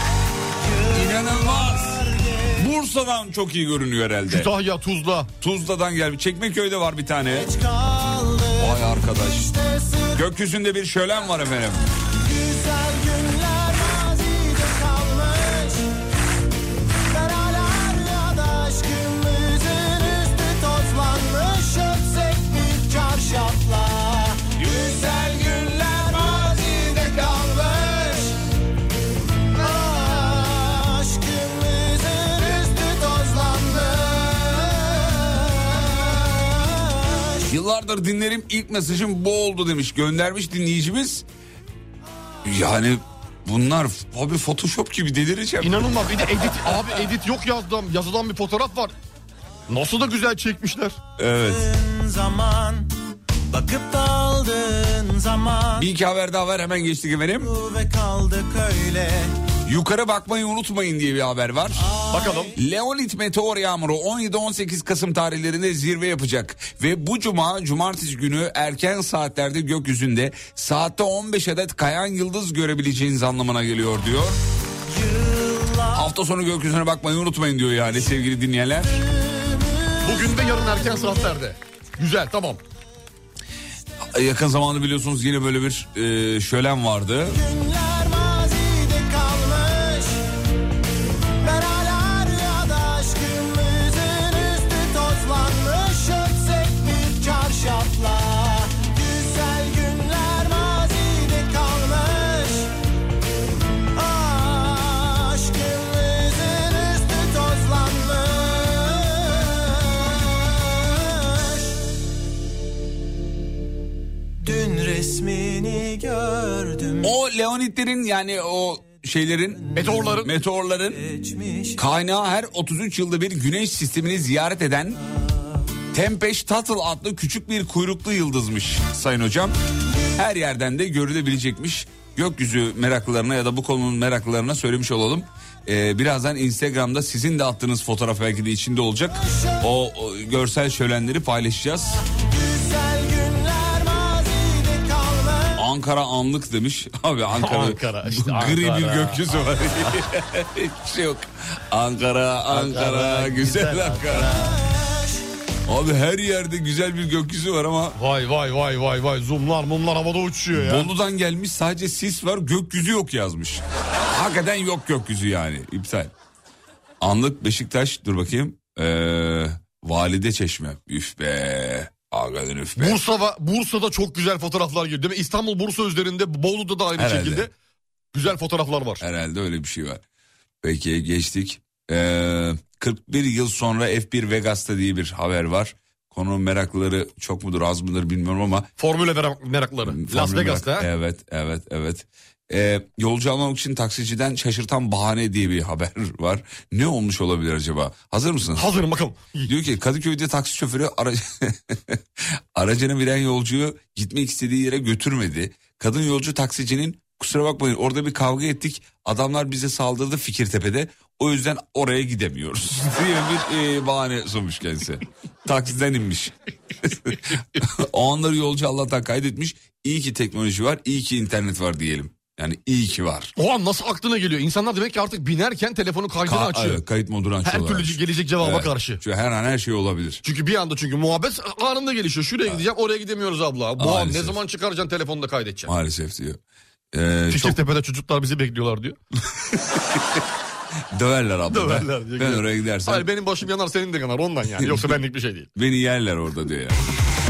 İnanılmaz. Bursa'dan çok iyi görünüyor herhalde. Kütahya, Tuzla. Tuzla'dan gelmiş. Çekmeköy'de var bir tane. Vay arkadaş. Gökyüzünde bir şölen var efendim. Güzel günler mazide kalmış. Karalar ya da aşkımızın üstü tozlanmış. Öpsek bir çarşafla. Güzel günler mazide kalmış. Aşkımızın üstü tozlanmış. Yıllardır dinlerim, ilk mesajım bu oldu demiş. Göndermiş dinleyicimiz. Yani bunlar abi Photoshop gibi, delireceğim. İnanılmaz. Bir de edit, abi edit yok yazdım. Yazılan bir fotoğraf var. Nasıl da güzel çekmişler. Evet. Zaman, bakıp da aldığın zaman. Bir iki haber daha var, hemen geçtik efendim. Ve kaldık öyle. Yukarı bakmayı unutmayın diye bir haber var. Bakalım. Leonid meteor yağmuru on yedi on sekiz Kasım tarihlerinde zirve yapacak. Ve bu cuma, cumartesi günü erken saatlerde gökyüzünde saatte on beş adet kayan yıldız görebileceğiniz anlamına geliyor diyor. Hafta sonu gökyüzüne bakmayı unutmayın diyor yani sevgili dinleyenler. Bugün de yarın erken saatlerde. Güzel, tamam. Yakın zamanda biliyorsunuz yine böyle bir e, şölen vardı. Günler mazide kalmış. Beraber ya da aşkımızın üstü tozlanmış. Öpsek bir çarşafla. Güzel günler mazide kalmış. Aşkımızın üstü tozlanmış. Dün resmini gördüm. O Leonidlerin yani o şeylerin, Meteorların. meteorların Geçmiş. kaynağı her otuz üç yılda bir güneş sistemini ziyaret eden Tempeş Tuttle adlı küçük bir kuyruklu yıldızmış sayın hocam. Her yerden de görülebilecekmiş. Gökyüzü meraklılarına ya da bu konunun meraklılarına söylemiş olalım. Ee, birazdan Instagram'da sizin de attığınız fotoğraf belki de içinde olacak. O, o görsel şölenleri paylaşacağız. Güzel günler mazide kalmış. Ankara anlık demiş. Abi Ankara, Ankara, işte gri Ankara. bir gökyüzü var. Hiçbir şey yok. Ankara, Ankara, Ankara, güzel, güzel Ankara. Abi her yerde güzel bir gökyüzü var ama Vay vay vay vay vay. Zoomlar mumlar havada uçuyor ya. Bolu'dan gelmiş, sadece sis var, gökyüzü yok yazmış. Hakikaten yok gökyüzü yani, iptal. Anlık Beşiktaş, dur bakayım. Ee, Valide Çeşme. Üf be. Hakikaten üf be. Bursa, Bursa'da çok güzel fotoğraflar geliyor. Değil mi? İstanbul Bursa üzerinde, Bolu'da da aynı Herhalde. şekilde güzel fotoğraflar var. Herhalde öyle bir şey var. Peki geçtik. Ee, kırk bir yıl sonra F bir Vegas'ta diye bir haber var. Konu merakları çok mudur az mıdır bilmiyorum ama. Formüle merakları. Formüle Las Vegas'ta. Merak, evet evet evet. Ee, yolcu almak için taksiciden şaşırtan bahane diye bir haber var. Ne olmuş olabilir acaba? Hazır mısınız? Hazırım bakalım. Diyor ki Kadıköy'de taksi şoförü aracı... aracına binen yolcuyu gitmek istediği yere götürmedi. Kadın yolcu taksicinin kusura bakmayın orada bir kavga ettik. Adamlar bize saldırdı Fikirtepe'de. O yüzden oraya gidemiyoruz diye bir e, bahane sunmuş kendisi. Taksiden inmiş. O anları yolcu Allah'tan kaydetmiş. İyi ki teknoloji var, iyi ki internet var diyelim. Yani iyi ki var. O an nasıl aklına geliyor? İnsanlar demek ki artık binerken telefonu kaydını Ka- açıyor. Evet, kayıt modunu açıyorlar. Her türlü gelecek cevaba evet. karşı. Çünkü her an her şey olabilir. Çünkü bir anda çünkü muhabbet anında gelişiyor. Şuraya evet. gideceğim oraya gidemiyoruz abla. Bu an ne zaman çıkaracaksın telefonda kaydedeceksin. Maalesef diyor. Ee, Fikirtepe'de çok... çocuklar bizi bekliyorlar diyor. Döverler abla. Döverler diyor. Ben oraya gidersem. Hayır benim başım yanar senin de yanar ondan yani. Yoksa benlik bir şey değil. Beni yerler orada diyor yani.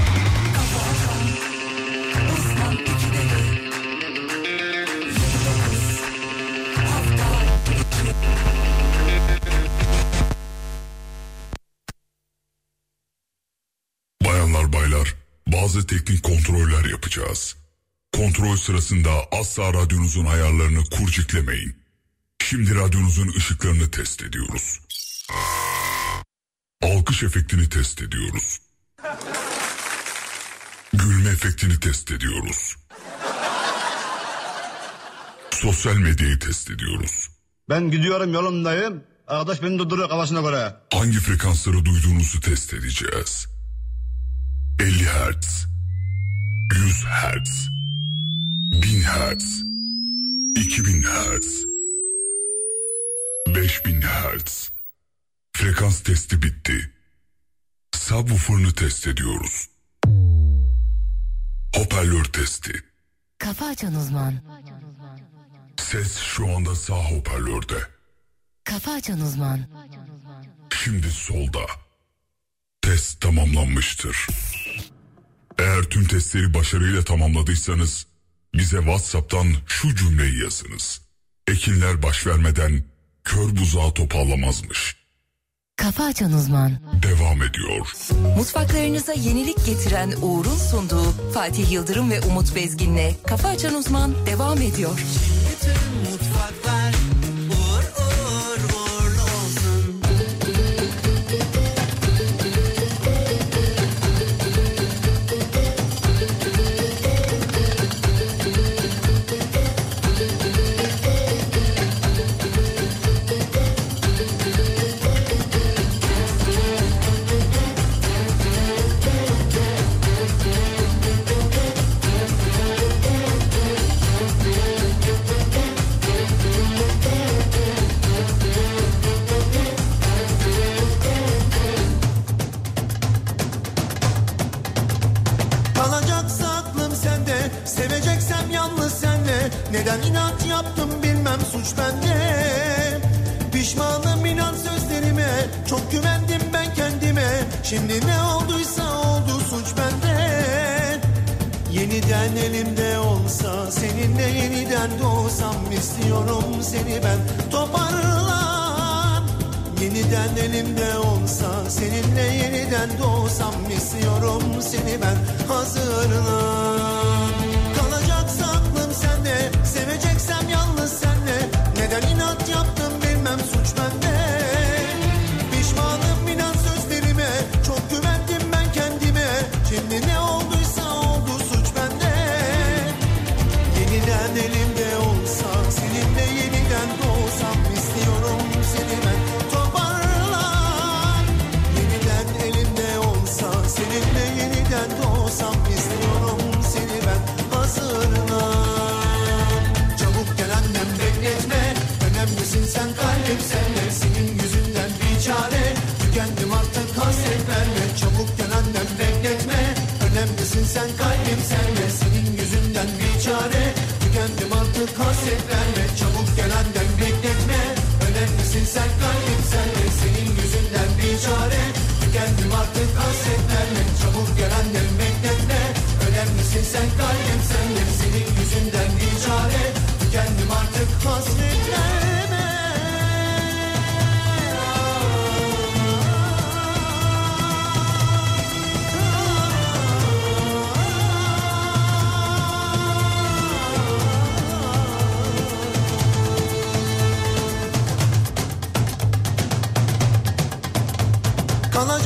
Bayanlar baylar, bazı teknik kontroller yapacağız. Kontrol sırasında asla radyonuzun ayarlarını kurciklemeyin. Şimdi radyonuzun ışıklarını test ediyoruz. Alkış efektini test ediyoruz. Gülme efektini test ediyoruz. Sosyal medyayı test ediyoruz. Ben gidiyorum yolumdayım. Arkadaş beni durduruyor kafasına göre. Hangi frekansları duyduğunuzu test edeceğiz. elli hertz, yüz hertz, bin hertz, iki bin hertz, beş bin hertz. Frekans testi bitti. Subwoofer'ını test ediyoruz. Hoparlör testi. Kafa açan uzman. Ses şu anda sağ hoparlörde. Kafa açan uzman. Şimdi solda. Test tamamlanmıştır. Eğer tüm testleri başarıyla tamamladıysanız bize WhatsApp'tan şu cümleyi yazınız. Ekinler baş vermeden kör buzağı topallamazmış. Kafa açan uzman. Devam ediyor. Mutfaklarınıza yenilik getiren Uğur'un sunduğu Fatih Yıldırım ve Umut Bezgin'le Kafa açan uzman devam ediyor. Bütün mutfaklar uğur uğur uğurlu olsun. Neden inat yaptım bilmem suç bende. Pişmanım inan sözlerime. Çok güvendim ben kendime. Şimdi ne olduysa oldu suç bende. Yeniden elimde olsa seninle yeniden doğsam istiyorum seni ben toparlan. Yeniden elimde olsa seninle yeniden doğsam istiyorum seni ben hazırlan. Kalacaksa aklım sende, seveceksem yalnız senle. Neden inat yaptım bilmem suç bende. Pişmanım inan sözlerime. Çok güvendim ben kendime. Şimdi ne olduysa oldu suç bende. Yeniden elimde olsa seninle yeniden doğsam istiyorum seni ben toparlan. Yeniden elimde olsa seninle yeniden doğsam istiyorum seni ben hazırlan. Çabuk gel annem bekletme. Önemlisin sen kalbim senle. Senin yüzünden bir çare. Tükendim artık hasret verme. Çabuk gel annem bekletme. Önemlisin sen kalbim senle. Senin yüzünden bir çare. Tükendim artık hasret verme. Çabuk gel annem bekletme. Önemlisin sen kalbim senle. Senin yüzünden bir çare. Tükendim artık hasret verme. Çabuk gel annem bekletme. Önemlisin sen kalbim senle. Senin yüzünden bir çare. Tükendim artık hasret verme.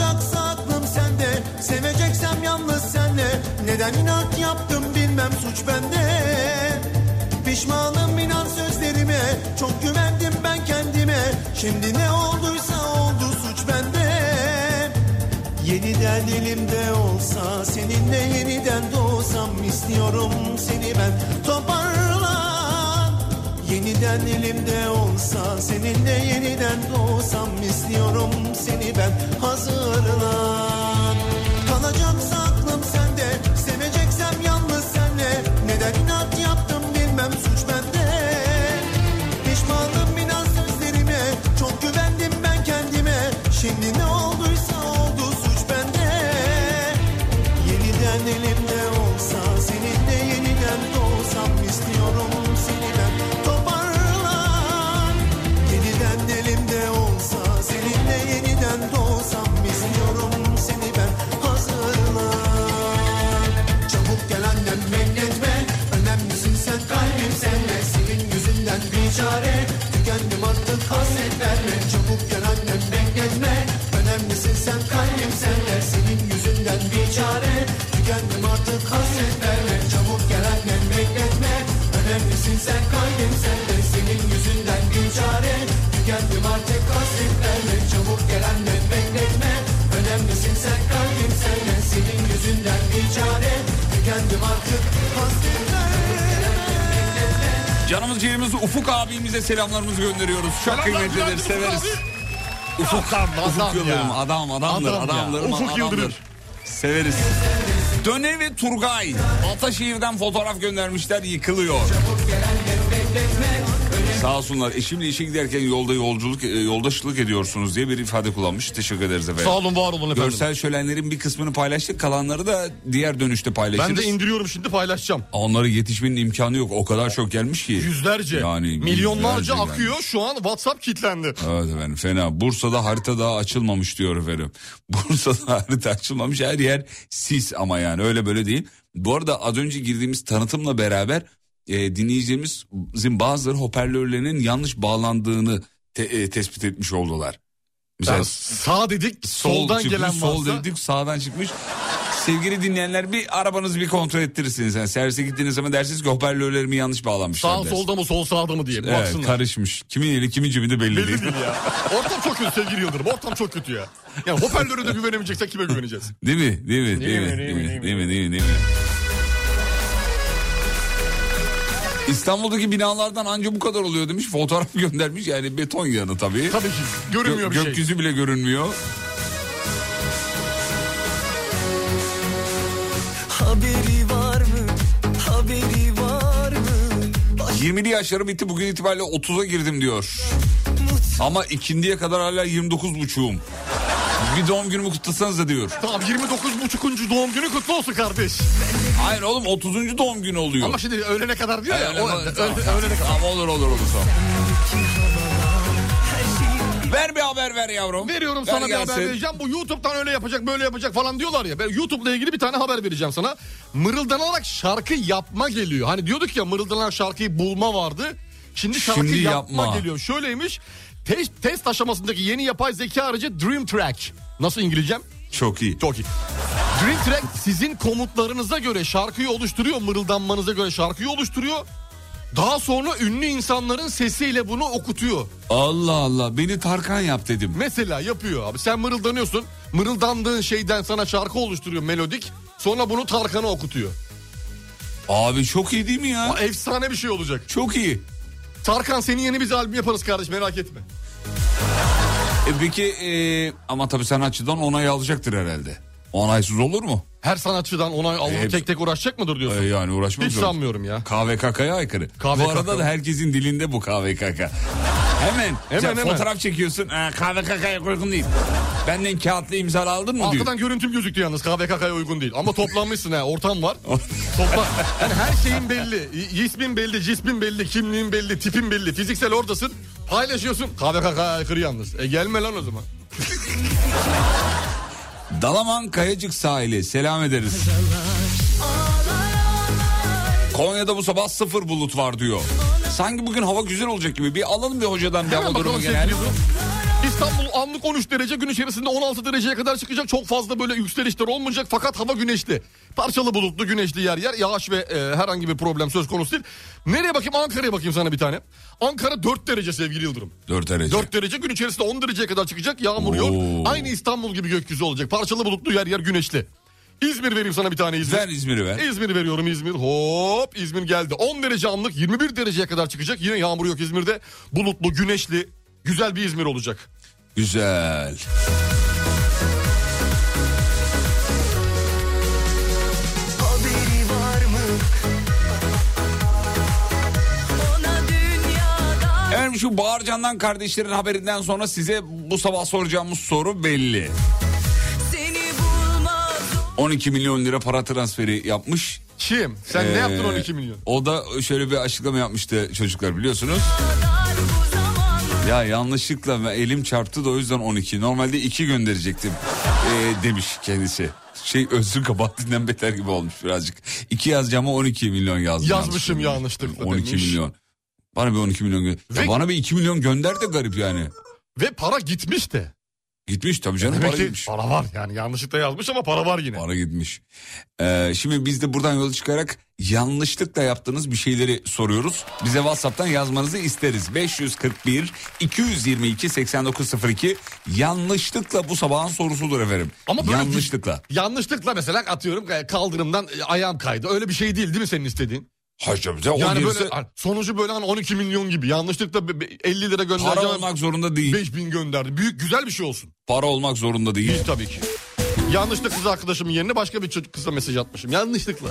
Kalacaksa aklım sende, seveceksem yalnız senle. Neden inat yaptım bilmem, suç bende. Pişmanım inan sözlerime, çok güvendim ben kendime. Şimdi ne olduysa oldu, suç bende. Yeniden elimde olsa, seninle yeniden doğsam. İstiyorum seni ben, toparlan. Yeniden elimde olsa, seninle yeniden doğsam. İstiyorum seni ben, hazırlan. Kalacaksa aklım sende, seveceksem yalnız senle. Neden inat yaptım bilmem, suç bende. Pişmanım inan sözlerime, çok güvendim ben kendime. Şimdi ne olduysa oldu, suç bende. Yeniden elimde olsa, seninle yeniden doğsam. İstiyorum seni ben, toparlan. Yeniden elimde olsa, seninle yeniden doğsam. İstiyorum seni ben, hazırlan. Çabuk gel annem, bekletme. Önemlisin sen, kalbim senle. Senin yüzünden bir çare, tükendim artık hasretlerle. Çabuk gel annem, bekletme. Önemlisin sen, kalbim senle. Senin yüzünden bir çare, tükendim artık hasretlerle. Çabuk gel annem, bekletme. Önemlisin sen, kalbim senle. Senin yüzünden bir çare, tükendim artık hasretlerle. Çabuk gel annem, bekletme. Önemlisin sen, kalbim senle. Senin yüzünden bir çare, tükendim artık hasretlerle. Canımız ciğerimiz Ufuk abimize selamlarımızı gönderiyoruz. Çok kıymetlidir, severiz. Ufuk, Adam, Ufuk adam Yıldırım, ya. adam, adamdır, Adam ya. adamdır, Ufuk adamdır. Yıldırım. Severiz. Döne ve Turgay Ataşehir'den fotoğraf göndermişler, yıkılıyor. Sağ olsunlar, eşimle işe giderken yolda yolculuk yoldaşlık ediyorsunuz diye bir ifade kullanmış. Teşekkür ederiz efendim. Sağ olun, var olun efendim. Görsel şölenlerin bir kısmını paylaştık, kalanları da diğer dönüşte paylaşırız. Ben de indiriyorum şimdi, paylaşacağım. Onları yetişmenin imkanı yok, o kadar çok gelmiş ki. Yüzlerce, yani milyonlarca yüzlerce akıyor gelmiş. şu an, WhatsApp kilitlendi. Evet efendim, fena. Bursa'da harita daha açılmamış diyor efendim. Bursa'da harita açılmamış, her yer sis ama yani öyle böyle değil. Bu arada az önce girdiğimiz tanıtımla beraber e, dinleyicilerimizin bazıları hoparlörlerinin yanlış bağlandığını te, e, tespit etmiş oldular. Mesela Yani sağ dedik, sol soldan çıkmış, gelen sol varsa... dedik, sağdan çıkmış. Sevgili dinleyenler, bir arabanızı bir kontrol ettirirsiniz. Yani servise gittiğiniz zaman dersiniz ki hoparlörlerimi yanlış bağlamışlar. Sağ dersin. solda mı, sol sağda mı diye Evet, baksınlar. karışmış. Kimin eli kimin cebinde belli, Belli değil. değil ya. Ortam çok kötü sevgili Yıldırım. Ortam çok kötü ya. Yani hoparlöre de güvenemeyeceksek kime güveneceğiz? Değil mi? Değil mi? Değil mi? Değil mi? Değil mi? Değil mi? Değil mi? İstanbul'daki binalardan anca bu kadar oluyor demiş. Fotoğraf göndermiş, yani beton yanı tabii. Tabii ki görünmüyor Gö- bir şey. Gökyüzü bile görünmüyor. Haberi var mı? Haberi var mı? yirmili yaşlarım bitti, bugün itibariyle otuza girdim diyor. Ama ikindiye kadar hala yirmi dokuz buçuğum. Bir doğum günümü kutlasanız da diyor. Tamam, yirmi dokuz buçukuncu doğum günü kutlu olsun kardeş. Hayır oğlum, otuzuncu doğum günü oluyor. Ama şimdi öğlene kadar diyor ya. Öyle, o, tamam, öyle- tamam, öğlene kadar. tamam, olur olur olur. Tamam. Ver bir haber ver yavrum. Veriyorum Ver sana bir gelsin. haber vereceğim. Bu YouTube'dan öyle yapacak böyle yapacak falan diyorlar ya. Ben YouTube'la ilgili bir tane haber vereceğim sana. Mırıldanarak şarkı yapma geliyor. Hani diyorduk ya, mırıldanarak şarkıyı bulma vardı. Şimdi şarkı Şimdi yapma, yapma geliyor. Şöyleymiş. Test, test aşamasındaki yeni yapay zeka aracı Dream Track. Nasıl İngilizcem? Çok iyi. Çok iyi. Dream Track sizin komutlarınıza göre şarkıyı oluşturuyor. Mırıldanmanıza göre şarkıyı oluşturuyor. Daha sonra ünlü insanların sesiyle bunu okutuyor. Allah Allah, beni Tarkan yap dedim. Mesela yapıyor abi. Sen mırıldanıyorsun. Mırıldandığın şeyden sana şarkı oluşturuyor, melodik. Sonra bunu Tarkan'a okutuyor. Abi çok iyi değil mi ya? Aa, efsane bir şey olacak. Çok iyi. Tarkan, senin yeni bir albüm yaparız kardeş, merak etme. E peki e, ama tabii sanatçıdan onay alacaktır herhalde. Onaysız olur mu? Her sanatçıdan onay alıp hep- tek tek uğraşacak mıdır diyorsun? E, yani uğraşmak Hiç zorunda. sanmıyorum ya. K V K K'ya aykırı. K V K K. Bu arada da herkesin dilinde bu K V K K. Hemen, Hemen, Sen hemen. fotoğraf çekiyorsun. E, K V K K'ya uygun değil. Benden kağıtlı imza aldın mı diyor. Arkadan görüntüm gözüktü yalnız, K V K K'ya uygun değil. Ama toplanmışsın ha, ortam var. Topla. Yani her şeyin belli. Y- ismin belli, cismin belli, kimliğin belli, tipin belli. Fiziksel oradasın. Paylaşıyorsun. K V K K'ya aykırı yalnız. E gelme lan o zaman. Dalaman Kayacık sahili, selam ederiz. Konya'da bu sabah sıfır bulut var diyor. Sanki bugün hava güzel olacak gibi. Bir alalım bir hocadan bir Hemen hava durumu bakalım genel. sevgili Yıldırım. İstanbul anlık on üç derece, gün içerisinde on altı dereceye kadar çıkacak. Çok fazla böyle yükselişler olmayacak fakat hava güneşli. Parçalı bulutlu, güneşli yer yer. Yağış ve e, herhangi bir problem söz konusu değil. Nereye bakayım? Ankara'ya bakayım sana bir tane. Ankara dört derece sevgili Yıldırım. dört derece. dört derece, gün içerisinde on dereceye kadar çıkacak. Yağmur Oo. yok. Aynı İstanbul gibi gökyüzü olacak. Parçalı bulutlu, yer yer güneşli. İzmir vereyim sana bir tane İzmir. Ver İzmir'i ver. İzmir'i veriyorum İzmir. Hop İzmir geldi. on derece anlık, yirmi bir dereceye kadar çıkacak. Yine yağmur yok İzmir'de. Bulutlu, güneşli, güzel bir İzmir olacak. Güzel. Haberi var mı? Ona dünyadan Efendim şu Bağırcan'dan kardeşlerin haberinden sonra size bu sabah soracağımız soru belli. seni bulmaz. on iki milyon lira para transferi yapmış. Kim? Sen Ee, ne yaptın on iki milyon? O da şöyle bir açıklama yapmıştı çocuklar, biliyorsunuz. Kadar bu zaman. Ya yanlışlıkla elim çarptı da o yüzden on iki. Normalde iki gönderecektim ee, demiş kendisi. Şey özrü kabahatinden beter gibi olmuş birazcık. iki yazacağıma on iki milyon yazdım. Yazmışım yanlışlıkla on iki demiş. milyon. Bana bir on iki milyon gö- Ve- ya bana bir iki milyon gönder de garip yani. Ve para gitmiş de. Gitmiş tabii canım, Demek para ki gitmiş. para var yani, yanlışlıkla yazmış ama para var yine. Para gitmiş. Ee, şimdi biz de buradan yola çıkarak yanlışlıkla yaptığınız bir şeyleri soruyoruz. Bize WhatsApp'tan yazmanızı isteriz. beş yüz kırk bir iki yüz yirmi iki seksen dokuz sıfır iki yanlışlıkla bu sabahın sorusudur efendim. Ama böyle yanlışlıkla. Yanlışlıkla mesela atıyorum kaldırımdan ayağım kaydı. Öyle bir şey değil değil mi senin istediğin? Hacım ya, Yani gelirse böyle sonucu böyle hani on iki milyon gibi. Yanlışlıkla elli lira göndereceğim. para olmak zorunda değil. beş bin gönderdi. Büyük güzel bir şey olsun. Para olmak zorunda değil. Değil tabii ki. Yanlışlıkla kız arkadaşımın yerine başka bir çocuk kıza mesaj atmışım. Yanlışlıkla.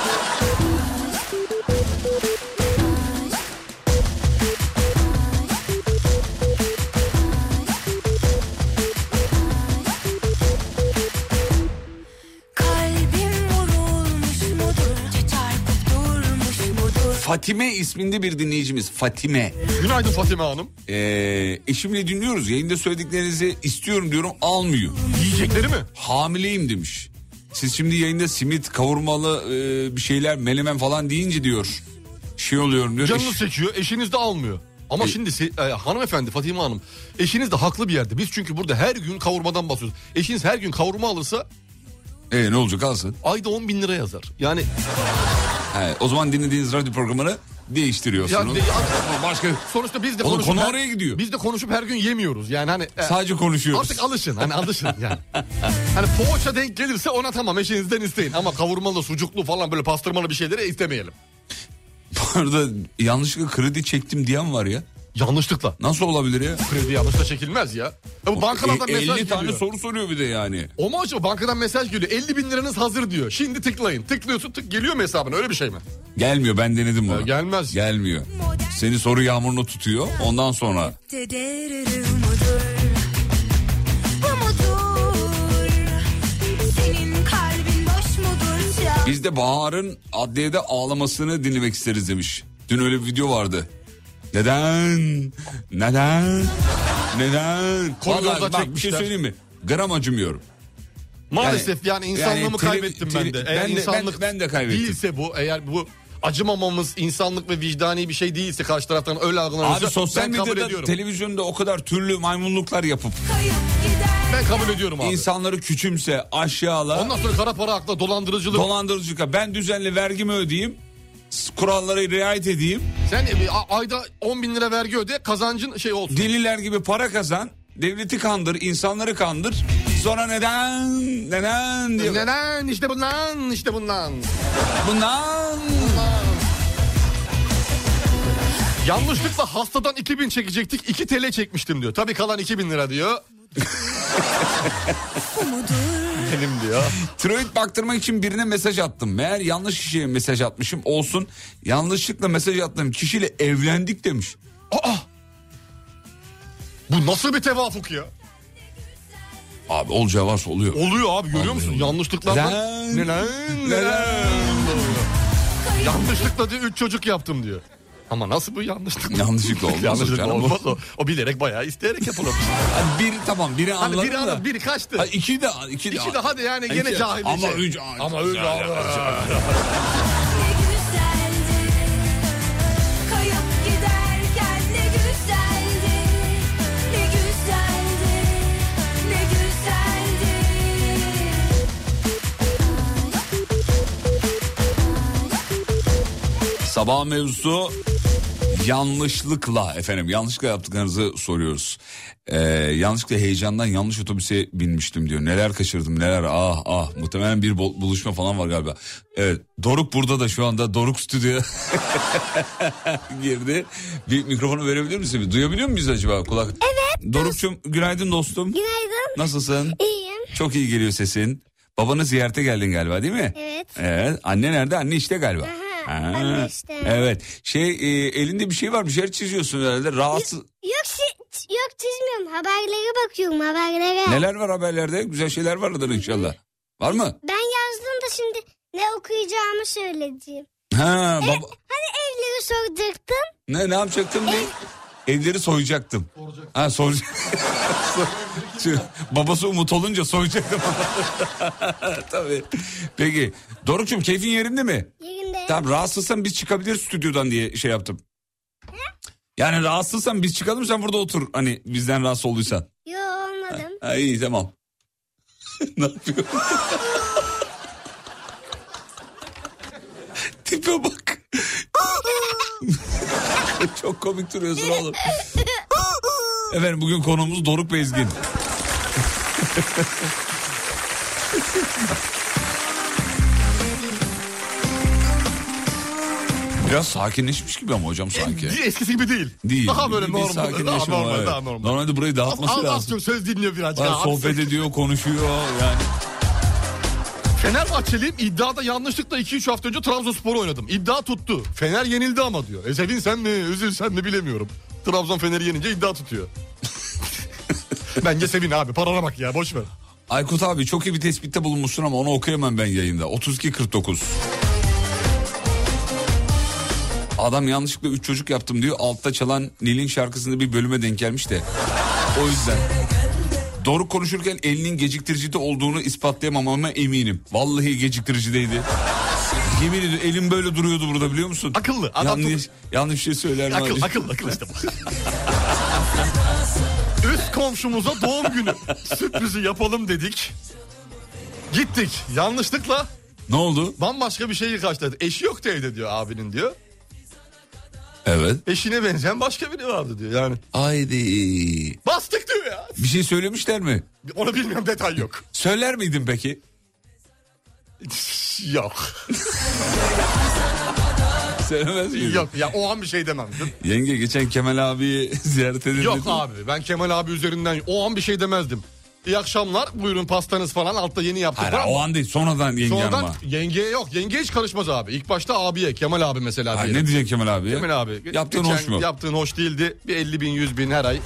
Kalbim vurulmuş mudur? Çarpıp durmuş mudur? Fatime isminde bir dinleyicimiz. Fatime. Günaydın Fatime Hanım. Ee, eşimle dinliyoruz. Yayında söylediklerinizi istiyorum diyorum, almıyor. Yiyecekleri mi? Hamileyim demiş. Siz şimdi yayında simit, kavurmalı e, bir şeyler, menemen falan deyince diyor. Şey oluyorum diyor. Canınız Eş- çekiyor, eşiniz de almıyor. Ama E- şimdi se- e, hanımefendi Fatime Hanım, eşiniz de haklı bir yerde. Biz çünkü burada her gün kavurmadan bahsediyoruz. Eşiniz her gün kavurma alırsa E, ne olacak, alsın. ayda on bin lira yazar. Yani He, o zaman dinlediğiniz radyo programını değiştiriyorsunuz. Ya, Başka sonuçta biz de Oğlum, konuşup konu her- oraya gidiyor. Biz de konuşup her gün yemiyoruz. Yani hani e, sadece konuşuyoruz. artık alışın. Hani alışın yani. Hani poğaça denk gelirse ona tamam, eşinizden isteyin. Ama kavurmalı, sucuklu falan böyle pastırmalı bir şeyleri istemeyelim. Bu arada yanlışlıkla kredi çektim diyen var ya. Yanlışlıkla. Nasıl olabilir ya? Kredi yanlışla çekilmez ya. Ya bu bankalardan E, mesaj elli tane geliyor. soru soruyor bir de yani. O mu acaba? Bankadan mesaj geliyor. elli bin liranız hazır diyor. Şimdi tıklayın. Tıklıyorsun, tık geliyor mu hesabına? Öyle bir şey mi? Gelmiyor, ben denedim bunu. Ya, gelmez. Gelmiyor. Seni soru yağmuruna tutuyor. Ondan sonra Tederim mudur? Bu mudur? Senin kalbin boş mudur? Ya? biz de Bahar'ın adliyede ağlamasını dinlemek isteriz demiş. Dün öyle bir video vardı. Neden? Neden? Neden? Koridorda Vallahi bak, bir şey çekmişler. söyleyeyim mi? Gram acımıyorum. Maalesef yani, yani insanlığımı tele- kaybettim tele- ben de. ben Eğer de- ben- insanlık ben de kaybettim. değilse bu, eğer bu acımamamız insanlık ve vicdani bir şey değilse, karşı taraftan öyle algılanırsa Abi sosyal ben kabul medyada, ediyorum. televizyonda o kadar türlü maymunluklar yapıp Kayıp gider. Ben kabul ediyorum abi. insanları küçümse, aşağıla, Ondan sonra kara para akla, dolandırıcılık. dolandırıcılık. Ben düzenli vergimi ödeyeyim, kurallara riayet edeyim, Sen e, a- ayda on bin lira vergi öde, kazancın şey olsun. deliler gibi para kazan, devleti kandır, insanları kandır. Sonra neden, neden diye. Neden? İşte bundan, işte bundan. Bundan. Yanlışlıkla hastadan iki bin çekecektik, iki TL çekmiştim diyor. Tabii kalan iki bin lira diyor. Benim diyor. Tiroid baktırmak için birine mesaj attım. Meğer yanlış kişiye mesaj atmışım. Olsun, yanlışlıkla mesaj attığım kişiyle evlendik demiş. Aa! Bu nasıl bir tevafuk ya? Abi olacağı varsa oluyor. Oluyor abi, görüyor musun? Oluyor. Yanlışlıklardan. Neden? Neden? Neden? Yanlışlıkla diyor üç çocuk yaptım diyor. Ama nasıl bu yanlışlık? Yanlışlıkla olmaz. Yanlışlıkla canım. olmaz o. O bilerek bayağı isteyerek yapılmış. Hadi biri tamam, biri Hani anladı biri da. anladı, biri kaçtı. Ha, iki de iki de. İki de hadi yani gene İki- cahil. Ama şey. üç. Ama üç. Ne güzeldi. Kayıp giderken ne güzeldi. Ne güzeldi. Sabah mevzusu yanlışlıkla efendim. Yanlışlıkla yaptıklarınızı soruyoruz. Ee, yanlışlıkla heyecandan yanlış otobüse binmiştim diyor. Neler kaçırdım neler ah ah. Muhtemelen bir buluşma falan var galiba. Evet, Doruk burada da şu anda Doruk stüdyoya girdi. Bir mikrofonu verebilir misin? Duyabiliyor muyuz acaba kulak? Evet. Doruk'cum günaydın dostum. Günaydın. Nasılsın? İyiyim. Çok iyi geliyor sesin. Babanı ziyarete geldin galiba değil mi? Evet. Evet. Anne nerede? Anne işte galiba. Aha, Ha, anne işte. Evet. Şey e, elinde bir şey var, bir şeyler çiziyorsun herhalde. Rahatsız. Yok çi- yok çizmiyorum. Haberlere bakıyorum haberlere. Neler var haberlerde? Güzel şeyler vardır inşallah. Var mı? Ben yazdım da şimdi ne okuyacağımı söyleyeceğim. Ha, E, baba. hani evleri soracaktım. Ne ne yapacaktım? Ne? Evleri soyacaktım. Soracaktım. Ha soracak. Babası Umut olunca soyacaktım. Tabii. Peki. Doruk'cum keyfin yerinde mi? Yerinde. Tamam, rahatsızsan biz çıkabiliriz stüdyodan diye şey yaptım. He? Yani rahatsızsan biz çıkalım, sen burada otur. Hani bizden rahatsız olduysan. Yok olmadım. Ha, iyi tamam. Ne yapıyor? Tipe bak. Çok komik duruyorsun oğlum. Efendim bugün konuğumuz Doruk Bezgin. Biraz sakinleşmiş gibi ama hocam sanki. E, eskisi gibi değil. Değil. Daha böyle Bir normal. Daha sakinleşme normal, var. daha normal. Normalde burayı dağıtması Az, az lazım. çok söz dinliyor birazcık. Var, Abi, sohbet söz- ediyor, konuşuyor yani. Fenerbahçeliyim, iddiada yanlışlıkla iki üç hafta önce Trabzonspor oynadım. İddia tuttu. Fener yenildi ama diyor. E sevinsen mi üzülsen mi bilemiyorum. Trabzon Fener'i yenince iddia tutuyor. Bence sevin abi, parana bak ya, boş ver. Aykut abi çok iyi bir tespitte bulunmuşsun ama onu okuyamam ben yayında. otuz iki kırk dokuz. Adam yanlışlıkla üç çocuk yaptım diyor. Altta çalan Nil'in şarkısında bir bölüme denk gelmiş de. O yüzden. Doğru konuşurken elinin geciktiricide olduğunu ispatlayamamama eminim. Vallahi geciktiricideydi. Yemin ediyorum elim böyle duruyordu burada, biliyor musun? Akıllı. Adam yanlış, çok... yanlış bir şey söyler mi? Akıl, akıl, akıl işte bu. Üst komşumuza doğum günü sürprizi yapalım dedik. Gittik. Yanlışlıkla. Ne oldu? Bambaşka bir şeyi karşıladı. Eşi yoktu evde diyor abinin diyor. Evet. Eşine benzeyen başka biri vardı diyor yani. Haydi. Bastık diyor ya. Bir şey söylemişler mi? Onu bilmiyorum, detay yok. Söyler miydin peki? Yok. Söylemez miydin? Yok ya, o an bir şey demezdim. Yenge geçen Kemal abiyi ziyaret edelim. Yok abi, ben Kemal abi üzerinden o an bir şey demezdim. İyi akşamlar, buyurun pastanız falan, altta yeni yaptık. Hayır, o an değil, sonradan yenge Sonradan hanıma. yengeye yok, yenge hiç karışmaz abi. İlk başta abiye, Kemal abi mesela. Hayır, diyelim. ne diyecek Kemal abi? Kemal abi. Yaptığın geçen hoş mu? Yaptığın hoş değildi. Bir elli bin yüz bin her ay.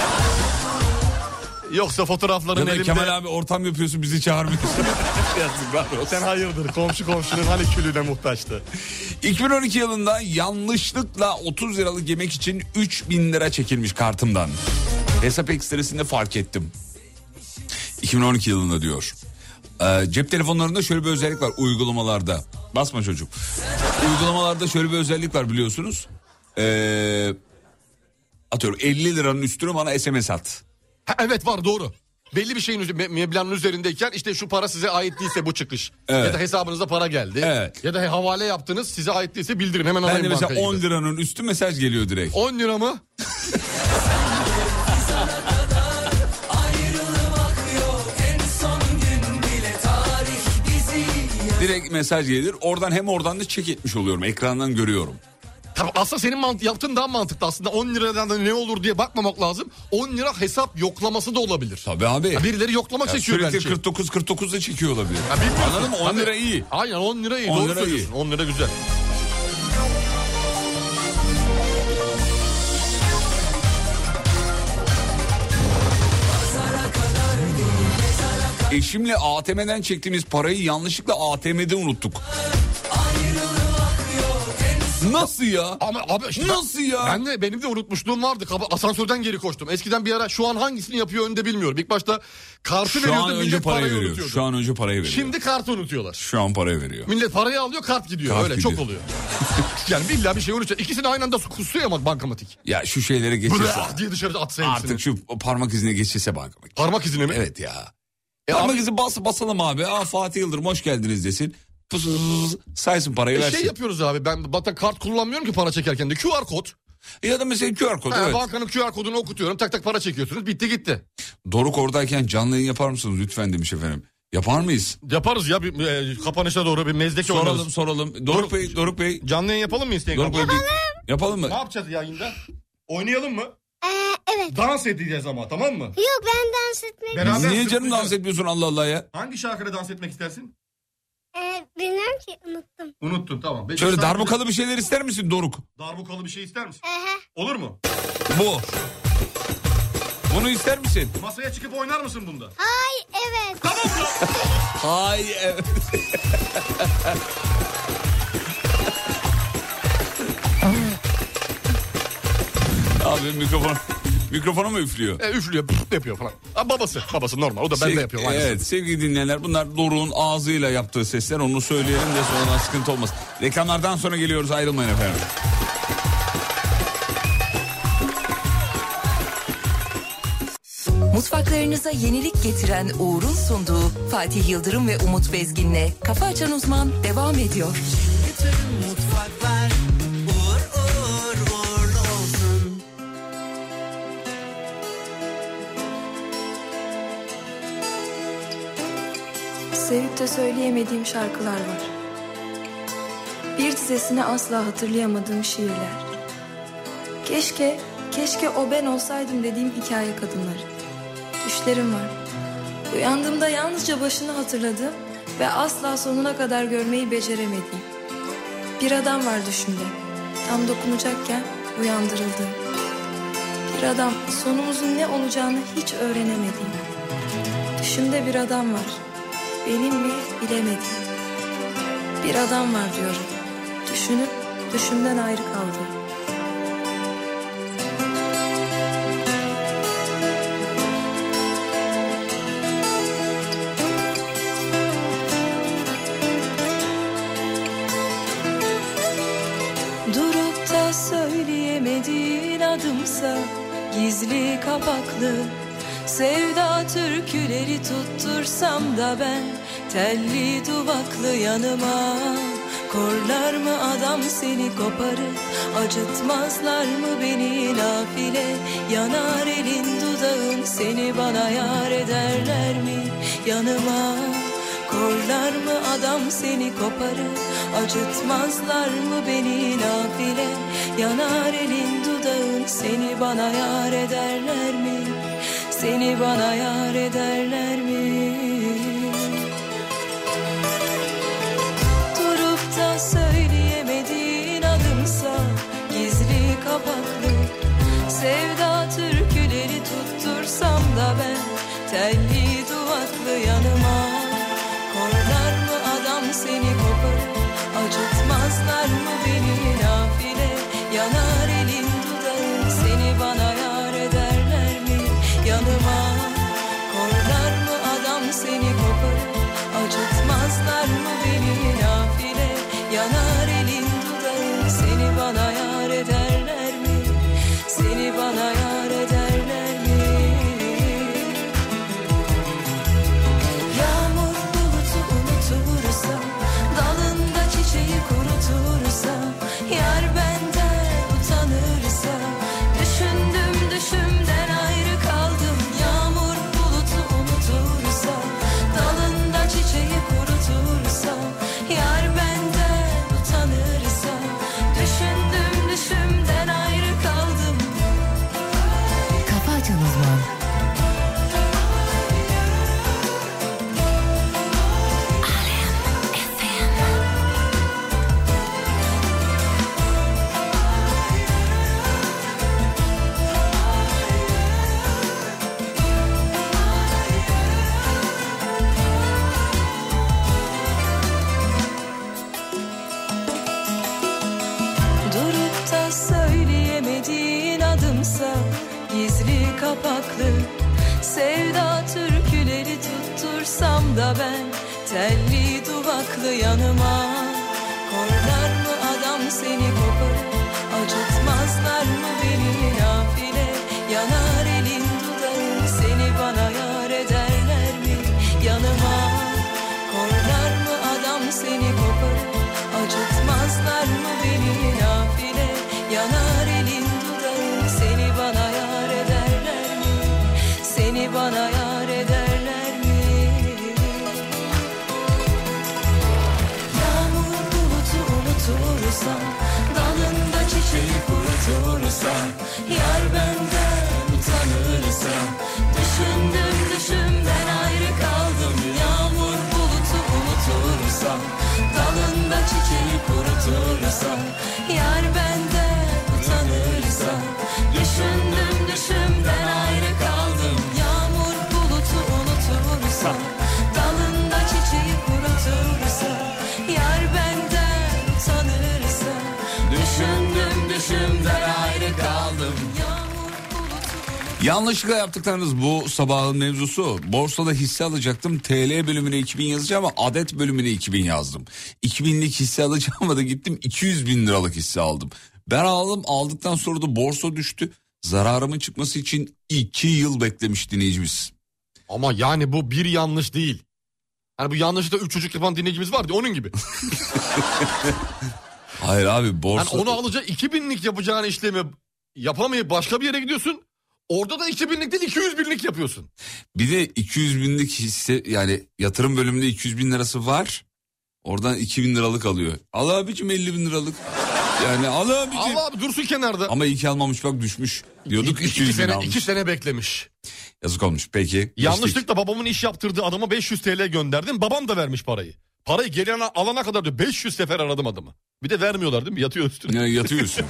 Yoksa fotoğrafların Ya da elimde. Kemal abi ortam yapıyorsun, bizi çağırmıyorsun. Yazıklar olsun. Sen hayırdır, komşu komşunun hani külüne muhtaçtı. iki bin on iki yılında yanlışlıkla otuz liralık yemek için üç bin lira çekilmiş kartımdan. Hesap ekstresinde fark ettim. iki bin on iki yılında diyor. Ee, cep telefonlarında şöyle bir özellik var uygulamalarda. Basma çocuk. Uygulamalarda şöyle bir özellik var biliyorsunuz. Ee, atıyorum elli liranın üstüne bana S M S at. Ha, evet var, doğru. Belli bir şeyin me- meblağın üzerindeyken işte şu para size ait değilse bu çıkış. Evet. Ya da hesabınıza para geldi. Evet. Ya da havale yaptınız, size ait değilse bildirin, hemen Ben de alayım mesela bankayı on gibi. liranın üstü mesaj geliyor direkt. on lira mı? Direkt mesaj gelir. Oradan hem oradan da çek etmiş oluyorum. Ekrandan görüyorum. Tabii aslında senin mant- yaptığın daha mantıklı aslında. on liradan da ne olur diye bakmamak lazım. on lira hesap yoklaması da olabilir. Tabii abi. Ya birileri yoklama Ya çekiyor sürekli belki. kırk dokuz kırk dokuzda çekiyor olabilir. Ya bilmiyorsun. Anladın mı? on Tabii. lira iyi. Aynen on lira iyi. on Doğru lira söylüyorsun. iyi. on lira güzel. Eşimle A T M'den çektiğimiz parayı yanlışlıkla A T M'de unuttuk. Nasıl ya? Ama abi şimdi Nasıl ben, ya? Ben de benim de unutmuşluğum vardı. Kaba- Asansörden geri koştum. Eskiden bir ara, şu an hangisini yapıyor önde bilmiyorum. İlk başta kartı Şu veriyordu, an önce millet parayı parayı veriyor. unutuyordu. Şu an önce parayı veriyor. Şimdi kartı unutuyorlar. Şu an parayı veriyor. Millet parayı alıyor, kart gidiyor. Kart Öyle gidiyor. çok oluyor. Yani billahi bir şey unutuyor. İkisini aynı anda kusuyor ama bankamatik. Ya şu şeylere geçirse. Bırak diye dışarı atsa hepsini. Artık şu parmak izine geçirse bankamak. Parmak izine mi? Evet ya. E Parmak abi- izi bas, basalım abi. Aa, Fatih Yıldırım hoş geldiniz desin. Fıs fıs fıs saysın parayı E versin. şey yapıyoruz abi, ben zaten kart kullanmıyorum ki para çekerken de, Q R kod. Ya da mesela Q R kod. Ha, Evet. Bankanın Q R kodunu okutuyorum, tak tak para çekiyorsunuz, bitti gitti. Doruk oradayken canlı yayın yapar mısınız lütfen demiş efendim. Yapar mıyız? Yaparız ya, bir e, kapanışa doğru bir mezdeki Soralım oynarız. soralım. Doruk, Doruk Bey, Doruk Bey. Canlı yayın yapalım mı Instagram'da? Doruk Bey, Yapalım. Yapalım mı? Ne yapacağız yayında? Oynayalım mı? Ee, evet. Dans edeceğiz ama, tamam mı? Yok, ben dans etmek Beraber Niye canım zıplayacağız. dans etmiyorsun Allah Allah ya? Hangi şarkıda dans etmek istersin? Ee, bilmiyorum ki, unuttum. Unuttun, tamam. Beş Şöyle şarkı- darbukalı bir şeyler ister misin Doruk? Darbukalı bir şey ister misin? Ehe. Olur mu? Bu. Bunu ister misin? Masaya çıkıp oynar mısın bunda? Ay, evet. Tamam mı? Hay evet. Abi mikrofon mikrofona mı üflüyor? E, üflüyor, pıt yapıyor falan. Ha, babası, babası normal. O da ben Sev- de yapıyorum aynısını. Evet sevgili dinleyenler, bunlar Doruk'un ağzıyla yaptığı sesler, onu söyleyelim de sonradan sıkıntı olmaz. Reklamlardan sonra geliyoruz, ayrılmayın efendim. Mutfaklarınıza yenilik getiren Uğur'un sunduğu Fatih Yıldırım ve Umut Bezgin'le Kafa Açan Uzman devam ediyor. Bütün mutfaklar uğur uğur uğurlu olsun. Sevip de söyleyemediğim şarkılar var. Bir dizesini asla hatırlayamadığım şiirler. Keşke, keşke o ben olsaydım dediğim hikaye kadınları. Düşlerim var. Uyandığımda yalnızca başını hatırladığım ve asla sonuna kadar görmeyi beceremediğim. Bir adam var düşümde. Tam dokunacakken uyandırıldı. Bir adam, sonumuzun ne olacağını hiç öğrenemediğim. Düşümde bir adam var. Benim mi bilemedim. Bir adam var diyorum. Düşünüp düşümden ayrı kaldı. Durup da söyleyemediğin adımsa gizli kapaklı. Sevda türküleri tuttursam da ben telli duvaklı yanıma. Korlar mı adam seni koparır, acıtmazlar mı beni nafile? Yanar elin dudağın, seni bana yar ederler mi yanıma? Korlar mı adam seni koparır, acıtmazlar mı beni nafile? Yanar elin dudağın, seni bana yar ederler mi? Seni bana yar ederler mi? Durup da söyleyemediğin adımsa gizli kapaklı. Sevda türküleri tuttursam da ben telli duvaklı yanıma. Korlar mı adam seni koparır, acıtmazlar mı beni nafile? Yanar elin dudağın, seni bana yar ederler mi yanıma? Korlar mı adam seni koparır, acıtmazlar mı beni nafile? Yanar elin dudağın, seni bana yar ederler mi? Seni bana yar ederler mi? Yağmur bulutu unutursa, dalında çiçeği kurutursa, yar benden utanırsa, düşündüm düşümden ayrı kaldım. Yağmur bulutu unutursa, dalında çiçeği kurutursa, yar benden utanırsa, düşündüm düşümden ayrı kaldım. Kafa Açan Uzman. Durup da söyleyemediğin adımsa gizli kapaklı. Sevda türküleri tuttursam da ben telli duvaklı yanıma. Korlar mı adam seni koparır, acıtmazlar mı beni nafile? Yanar elin dudağın, seni bana yar ederler mi yanıma? Korlar mı adam seni koparır, beni nafile, yanar elin dudağı. Seni bana yar ederler mi? Seni bana yar ederler mi? Yağmur bulutu unutursam, dalında çiçeği kurutursam, yar benden utanırsa, düşündüm düşümden ayrı kaldım. Yağmur bulutu unutursam, dalında çiçeği kurutursam, yar benden utanırsa, düşündüm düşümden ayrı kaldım. Yağmur bulutu unutursam, dalında çiçeği kurutursa, yar benden utanırsa, düşündüm düşümden ayrı kaldım. Yanlışlıkla yaptıklarınız bu sabahın mevzusu. Borsada hisse alacaktım. T L bölümüne iki bin yazacağım ama adet bölümüne iki bin yazdım. iki binlik hisse alacağım da gittim iki yüz bin liralık hisse aldım. Ben aldım, aldıktan sonra da borsa düştü. Zararımın çıkması için iki yıl beklemiş dinleyicimiz. Ama yani bu bir yanlış değil. Hani bu yanlışta üç çocuk yapan dinleyicimiz vardı onun gibi. Hayır abi borsa... Yani onu alacak iki binlik yapacağın işlemi yapamayıp başka bir yere gidiyorsun. Orada da iki binlik değil iki yüz binlik yapıyorsun. Bir de iki yüz binlik hisse, yani yatırım bölümünde iki yüz bin lirası var. Oradan iki bin liralık alıyor. Al abicim elli bin liralık. Yani al abicim. Al abi dursun kenarda. Ama iyi ki almamış, bak düşmüş. Diyorduk iki, iki, sene, iki sene beklemiş. Yazık olmuş peki. Yanlışlıkla babamın iş yaptırdığı adama beş yüz TL gönderdim. Babam da vermiş parayı. Parayı geri alana kadar diyor beş yüz sefer aradım adamı. Bir de vermiyorlar değil mi? Yatıyor üstüne. Ya, yatıyorsun.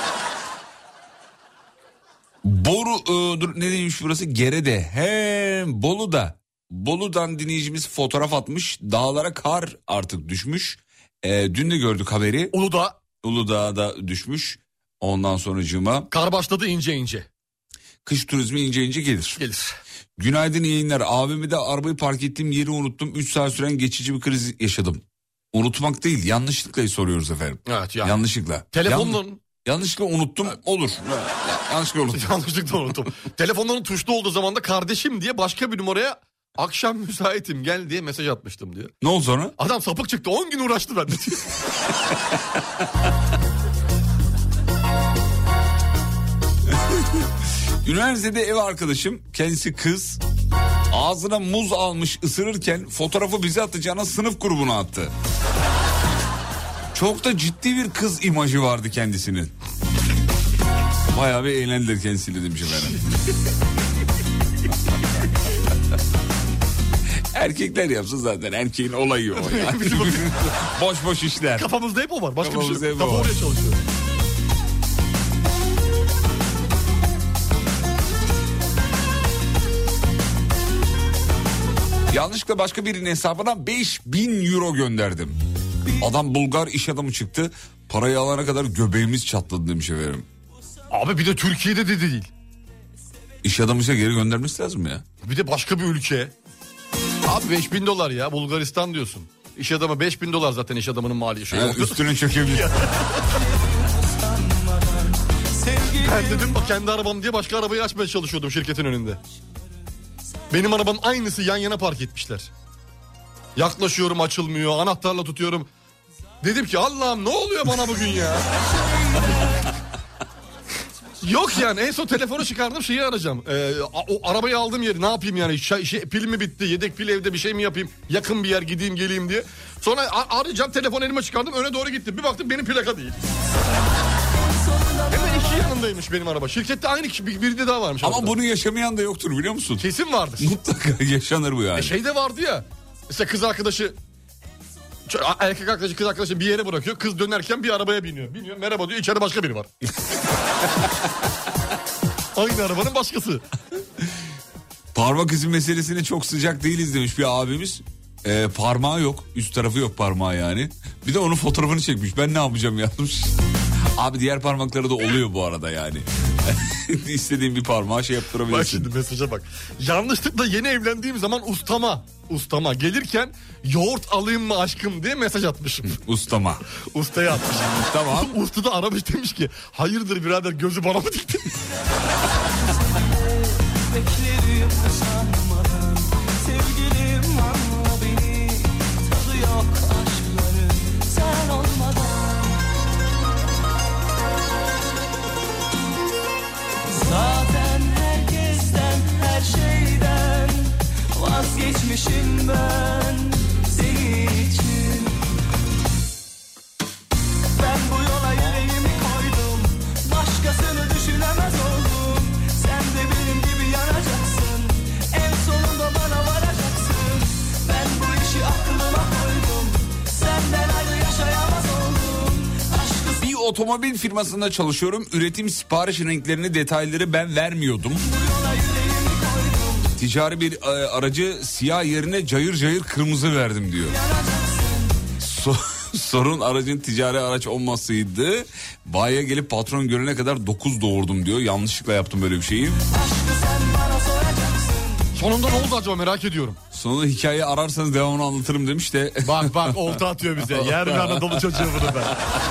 Boru e, dur, ne demiş burası? Gere'de. He, Bolu'da. Bolu'dan dinleyicimiz fotoğraf atmış. Dağlara kar artık düşmüş. E, dün de gördük haberi. Uludağ. Uludağ'da düşmüş. Ondan sonracığıma. Kar başladı ince ince. Kış turizmi ince ince gelir. Gelir. Günaydın yayınlar. Abimi de arabayı park ettiğim yeri unuttum. üç saat süren geçici bir kriz yaşadım. Unutmak değil, yanlışlıkla soruyoruz efendim. Evet yani. Yanlışlıkla. Telefonun... Yan... Yanlışlıkla unuttum olur. Yanlışlıkla unuttum. Yanlışlıkla unuttum. Telefonların tuşlu olduğu zaman da kardeşim diye başka bir numaraya akşam müsaitim gel diye mesaj atmıştım diyor. Ne oldu sonra? Adam sapık çıktı on gün uğraştı bende. Üniversitede ev arkadaşım, kendisi kız, ağzına muz almış ısırırken fotoğrafı bize atacağına sınıf grubuna attı. Çok da ciddi bir kız imajı vardı kendisinin. Bayağı bir eğlendiler kendisiyle demiş efendim. Erkekler yapsın zaten, erkeğin olayı o yani. Boş boş işler. Kafamızda hep o var. Başka Kafamızda bir şey. Kafa oraya çalışıyor. Yanlışlıkla başka birinin hesabına beş bin euro gönderdim. Adam Bulgar iş adamı çıktı. Parayı alana kadar göbeğimiz çatladı demiş efendim. Abi bir de Türkiye'de de değil. İş adamı ise geri göndermesi lazım ya. Bir de başka bir ülke. Abi beş bin dolar ya, Bulgaristan diyorsun. İş adamı beş bin dolar zaten iş adamının mali şey. Yani üstüne çökebilir. Ben dedim bak kendi arabam diye başka arabayı açmaya çalışıyordum şirketin önünde. Benim arabanın aynısı yan yana park etmişler. Yaklaşıyorum açılmıyor, anahtarla tutuyorum. Dedim ki Allah'ım ne oluyor bana bugün ya? Yok yani en son telefonu çıkardım şeyi arayacağım. Ee, o arabayı aldığım yeri ne yapayım yani şey, şey, pil mi bitti yedek pil evde bir şey mi yapayım yakın bir yer gideyim geleyim diye. Sonra a- arayacağım telefonu elime çıkardım öne doğru gittim bir baktım benim plaka değil. Hemen iki yanındaymış benim araba. Şirkette aynı kişi bir, biri de daha varmış. Ama arada. bunu yaşamayan da yoktur biliyor musun? Kesin vardır. Mutlaka yaşanır bu yani. E şey de vardı ya. Mesela kız arkadaşı erkek arkadaşı kız arkadaşı bir yere bırakıyor. Kız dönerken bir arabaya biniyor. Biniyor merhaba diyor içeride başka biri var. Aynı arabanın başkası. Parmak izi meselesine çok sıcak değiliz demiş bir abimiz. Ee, parmağı yok. Üst tarafı yok parmağı yani. Bir de onun fotoğrafını çekmiş. Ben ne yapacağım yazmış. Abi diğer parmakları da oluyor bu arada yani. İstediğin bir parmağı şey yaptırabilirsin. Bak şimdi mesaja bak. Yanlışlıkla yeni evlendiğim zaman ustama, ustama gelirken yoğurt alayım mı aşkım diye mesaj atmışım. Ustama. Ustaya atmışım. Tamam. Usta da aramış demiş ki hayırdır birader gözü bana mı dikti? Beklerim sanmadan sevgilim anla beni tadı yok aşkların sen olmadan otomobil firmasında çalışıyorum. Üretim sipariş renklerini, detayları ben vermiyordum. Ticari bir e, aracı siyah yerine cayır cayır kırmızı verdim diyor. So- sorun aracın ticari araç olmasıydı. Bayiye gelip patron görene kadar dokuz doğurdum diyor. Yanlışlıkla yaptım böyle bir şeyi. Sonunda ne oldu acaba merak ediyorum. Sonunda hikayeyi ararsanız devamını anlatırım demiş de. Bak bak olta atıyor bize. Yer bir Anadolu çocuğu bunu ben.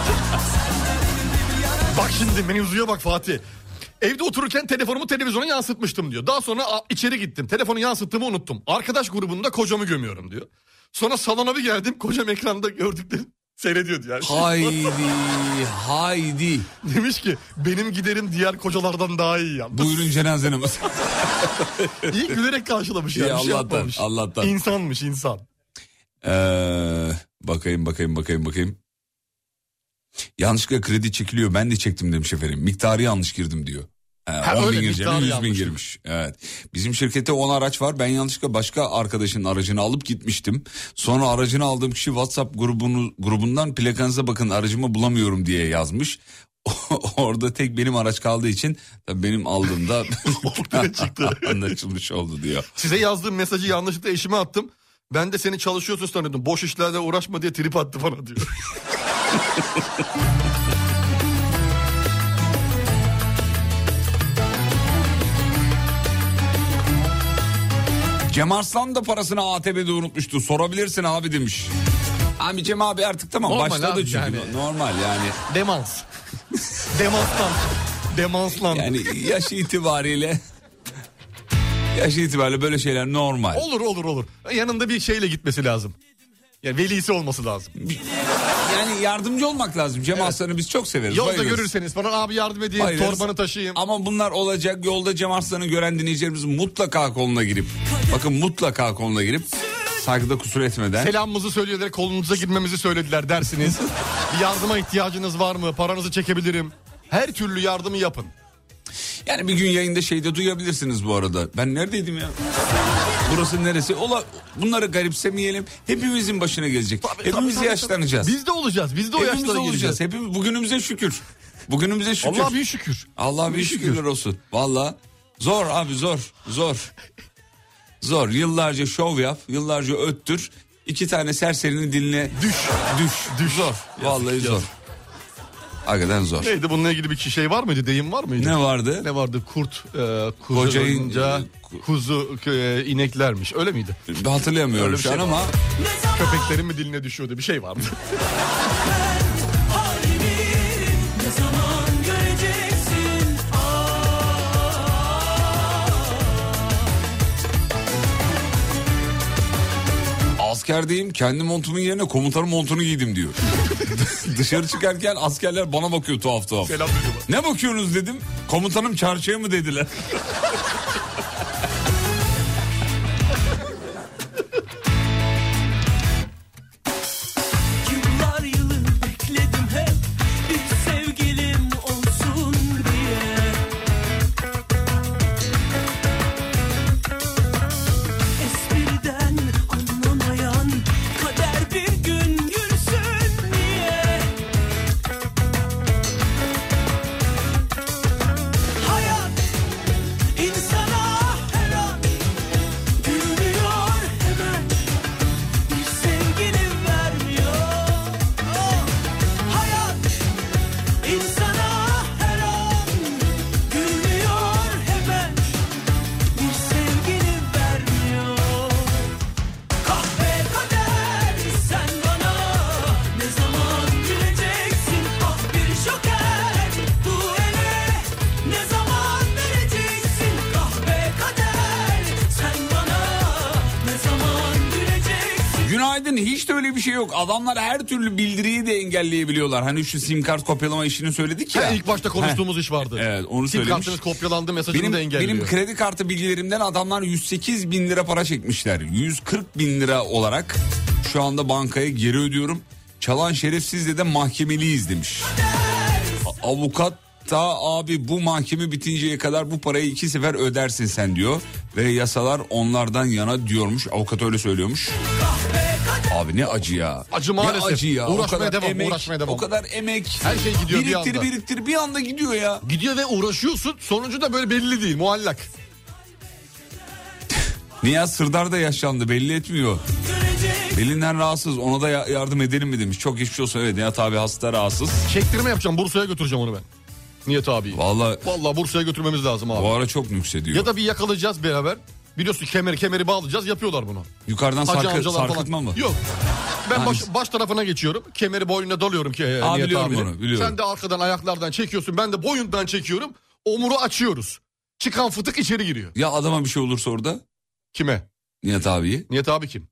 Bak şimdi mevzuya bak Fatih. Evde otururken telefonumu televizyona yansıtmıştım diyor. Daha sonra içeri gittim. Telefonu yansıttığımı unuttum. Arkadaş grubunda kocamı gömüyorum diyor. Sonra salona bir geldim. Kocam ekranda gördüklerini seyrediyor diyor. Yani. Haydi haydi. Demiş ki benim giderim diğer kocalardan daha iyi yalnız. Buyurun cenazene mi? İyi gülerek karşılamış yani. İyi, bir şey Allah'tan, yapmamış. Allah'tan. İnsanmış insan. Ee, bakayım bakayım bakayım bakayım. Yanlışlıkla kredi çekiliyor, ben de çektim demiş efendim. Miktarı yanlış girdim diyor. Ee, Ha, on öyle, bin gireceğim, miktarı yüz bin yanlış. girmiş. Evet. Bizim şirkette on araç var. Ben yanlışlıkla başka arkadaşın aracını alıp gitmiştim. Sonra aracını aldığım kişi WhatsApp grubunu, grubundan plakanıza bakın aracımı bulamıyorum diye yazmış. Orada tek benim araç kaldığı için tabii benim aldığımda ortaya çıktı. Anlaşılmış oldu diyor. Size yazdığım mesajı yanlışlıkla eşime attım. Ben de seni çalışıyorsun sanıyordum. Boş işlerle uğraşma diye trip attı bana diyor. Cem Arslan da parasını A T M'de unutmuştu. Sorabilirsin abi demiş. Abi Cem abi artık tamam Normal başladı abi çünkü. yani. Normal yani. Demans. Demanslan. Demanslan. Yani yaş itibariyle yaş itibariyle böyle şeyler normal. Olur olur olur. Yanında bir şeyle gitmesi lazım. Yani velisi olması lazım. Yani yardımcı olmak lazım. Cem Evet. Arslan'ı biz çok severiz. Yolda bayılırız. görürseniz bana abi yardım edeyim, Bayılırız. torbanı taşıyayım. Ama bunlar olacak. Yolda Cem Arslan'ı gören dinleyicilerimiz mutlaka koluna girip, bakın mutlaka koluna girip saygıda kusur etmeden. Selamımızı söylüyorlar, kolunuza girmemizi söylediler dersiniz. Bir yardıma ihtiyacınız var mı? Paranızı çekebilirim. Her türlü yardımı yapın. Yani bir gün yayında şeyde duyabilirsiniz bu arada. Ben neredeydim ya? Burası neresi? Ola, bunları garipsemeyelim. Hepimizin başına gelecek. Tabii, Hepimiz tabii, yaşlanacağız. Biz de olacağız. Biz de o Hepimiz yaşlara olacağız. geleceğiz. Hepimiz bugünümüze şükür. Bugünümüze şükür. Allah bir şükür. Allah bir şükürler olsun. Valla zor abi zor. Zor. Zor. Yıllarca şov yap. Yıllarca öttür. İki tane serserinin diline düş. Düş. Düş. Zor. Vallahi Yazık, zor. yazık. Hakikaten zor. Neydi bununla ilgili bir şey var mıydı? Deyim var mıydı? Ne vardı? Ne vardı? Kurt, e, kuzu Kocayın- olunca kuzu e, ineklermiş. Öyle miydi? Hatırlayamıyorum Öyle bir şu şey an ama. Köpeklerin mi diline düşüyordu? Bir şey vardı. Ne zaman göreceksin? Askerdeyim, kendi montumun yerine komutanın montunu giydim diyor. Dışarı çıkarken askerler bana bakıyor tuhaf tuhaf. Selam veriyorlar. Ne bakıyorsunuz dedim. Komutanım çarşıya mı dediler. Yıllar yılı bekledim hep bir sevgilim olsun diye. Espriden anlamayan kader bir gün gülsün diye. Hayat insana her an gülüyor hemen. Bir sevgili vermiyor. Oh, hayat insana her an gülüyor hemen. Bir sevgili vermiyor. Kahve kader sen bana ne zaman güleceksin? Ah bir şoker bu ele ne zaman vereceksin? Kahve kader sen bana ne zaman güleceksin? Günaydın, hiç de öyle bir şey yok. Adamlar her türlü bildiriyi de engelleyebiliyorlar. Hani şu sim kart kopyalama işini söyledik ya. Ha, ilk başta konuştuğumuz iş vardı. Evet, onu Sim söylemiş. kartınız kopyalandı mesajını Benim, da engelliyor. benim kredi kartı bilgilerimden adamlar yüz sekiz bin lira para çekmişler. yüz kırk bin lira olarak şu anda bankaya geri ödüyorum. Çalan şerefsizle de mahkemeliyiz demiş. A- Avukat da abi bu mahkeme bitinceye kadar bu parayı iki sefer ödersin sen diyor. Ve yasalar onlardan yana diyormuş. Avukat öyle söylüyormuş. Abi ne acı ya. Acı ne maalesef. acı ya. Uğraşmaya o kadar devam, emek, uğraşmaya devam. O kadar emek. Her şey gidiyor bir biriktir, anda. Biriktir bir anda gidiyor ya. Gidiyor ve uğraşıyorsun. Sonucu da böyle belli değil, muallak. Nihat Sırdar da yaşlandı, belli etmiyor. Belinden rahatsız, ona da yardım edelim mi demiş. Çok geçmiş olsun. Evet, Nihat abi hasta, rahatsız. Çektirme yapacağım, Bursa'ya götüreceğim onu ben. Nihat abi. Vallahi Vallahi Bursa'ya götürmemiz lazım abi. Bu ara çok nüksediyor. Ya da bir yakalayacağız beraber. Biliyorsun kemeri kemeri bağlayacağız, yapıyorlar bunu. Yukarıdan Hacı sarkı, amcalar sarkıtma falan. mı? Yok. Ben baş, baş tarafına geçiyorum. Kemeri boynuna dalıyorum ki. Aa, Nihat biliyorum abinin. onu, biliyorum. Sen de arkadan ayaklardan çekiyorsun. Ben de boyundan çekiyorum. Omuru açıyoruz. Çıkan fıtık içeri giriyor. Ya adama bir şey olursa orada? Kime? Nihat abiye. Nihat abi kim?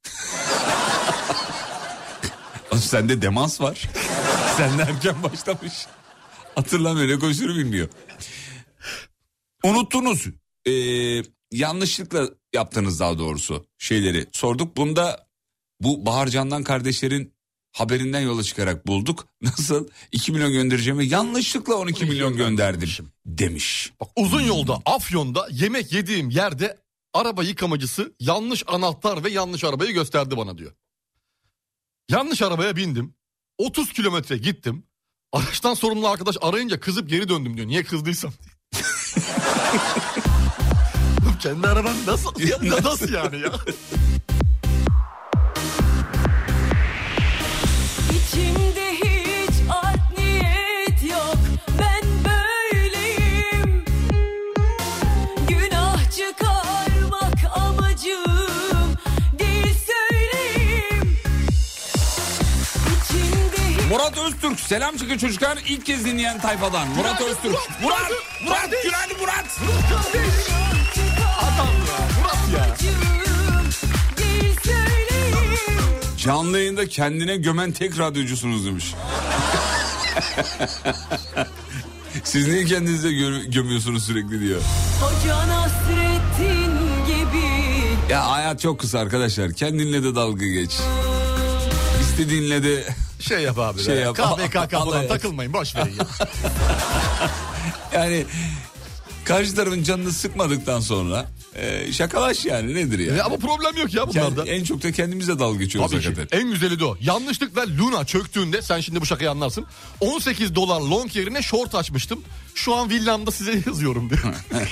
Sende demans var. Sen de erken başlamış. Hatırlamıyor, ne koştuğunu bilmiyor. Unuttunuz. Ee, yanlışlıkla yaptınız daha doğrusu şeyleri. Sorduk. Bunda bu Baharcan'dan kardeşlerin haberinden yola çıkarak bulduk. Nasıl? iki milyon göndereceğimi yanlışlıkla on iki milyon gönderdim demiş. Bak, uzun yolda Afyon'da yemek yediğim yerde araba yıkamacısı yanlış anahtar ve yanlış arabayı gösterdi bana diyor. Yanlış arabaya bindim. otuz kilometre gittim. Araçtan sorumlu arkadaş arayınca kızıp geri döndüm diyor. Niye kızdıysam diye. Kendi araban nasıl ya? Nasıl yani ya? İçimde hiç art niyet yok. Ben böyleyim. Günah çıkarmak amacım değil, söyleyeyim. İçimde hiç... Murat Öztürk, selam çıkın çocuklar, ilk kez dinleyen tayfadan. Murat Öztürk. Murat, Murat, günaydın Murat. Adam ya, Murat ya. Canlı yayında kendine gömen tek radyocusunuz demiş. Siz niye kendinize gö- gömüyorsunuz sürekli diyor. Hoca Nasrettin gibi. Ya hayat çok kısa arkadaşlar. Kendinle de dalga geç. İstediğinle de şey yap abi. Şey yap. K B K K falan takılmayın, boş verin ya. Yani karşı tarafın canını sıkmadıktan sonra e, şakalaş yani, nedir yani? Ya ama problem yok ya bunlarda. Yani en çok da kendimize dalga geçiyoruz Tabii ki. En güzeli de o. Yanlışlıkla Luna çöktüğünde, sen şimdi bu şakayı anlarsın. on sekiz dolar long yerine short açmıştım. Şu an villamda size yazıyorum diyor.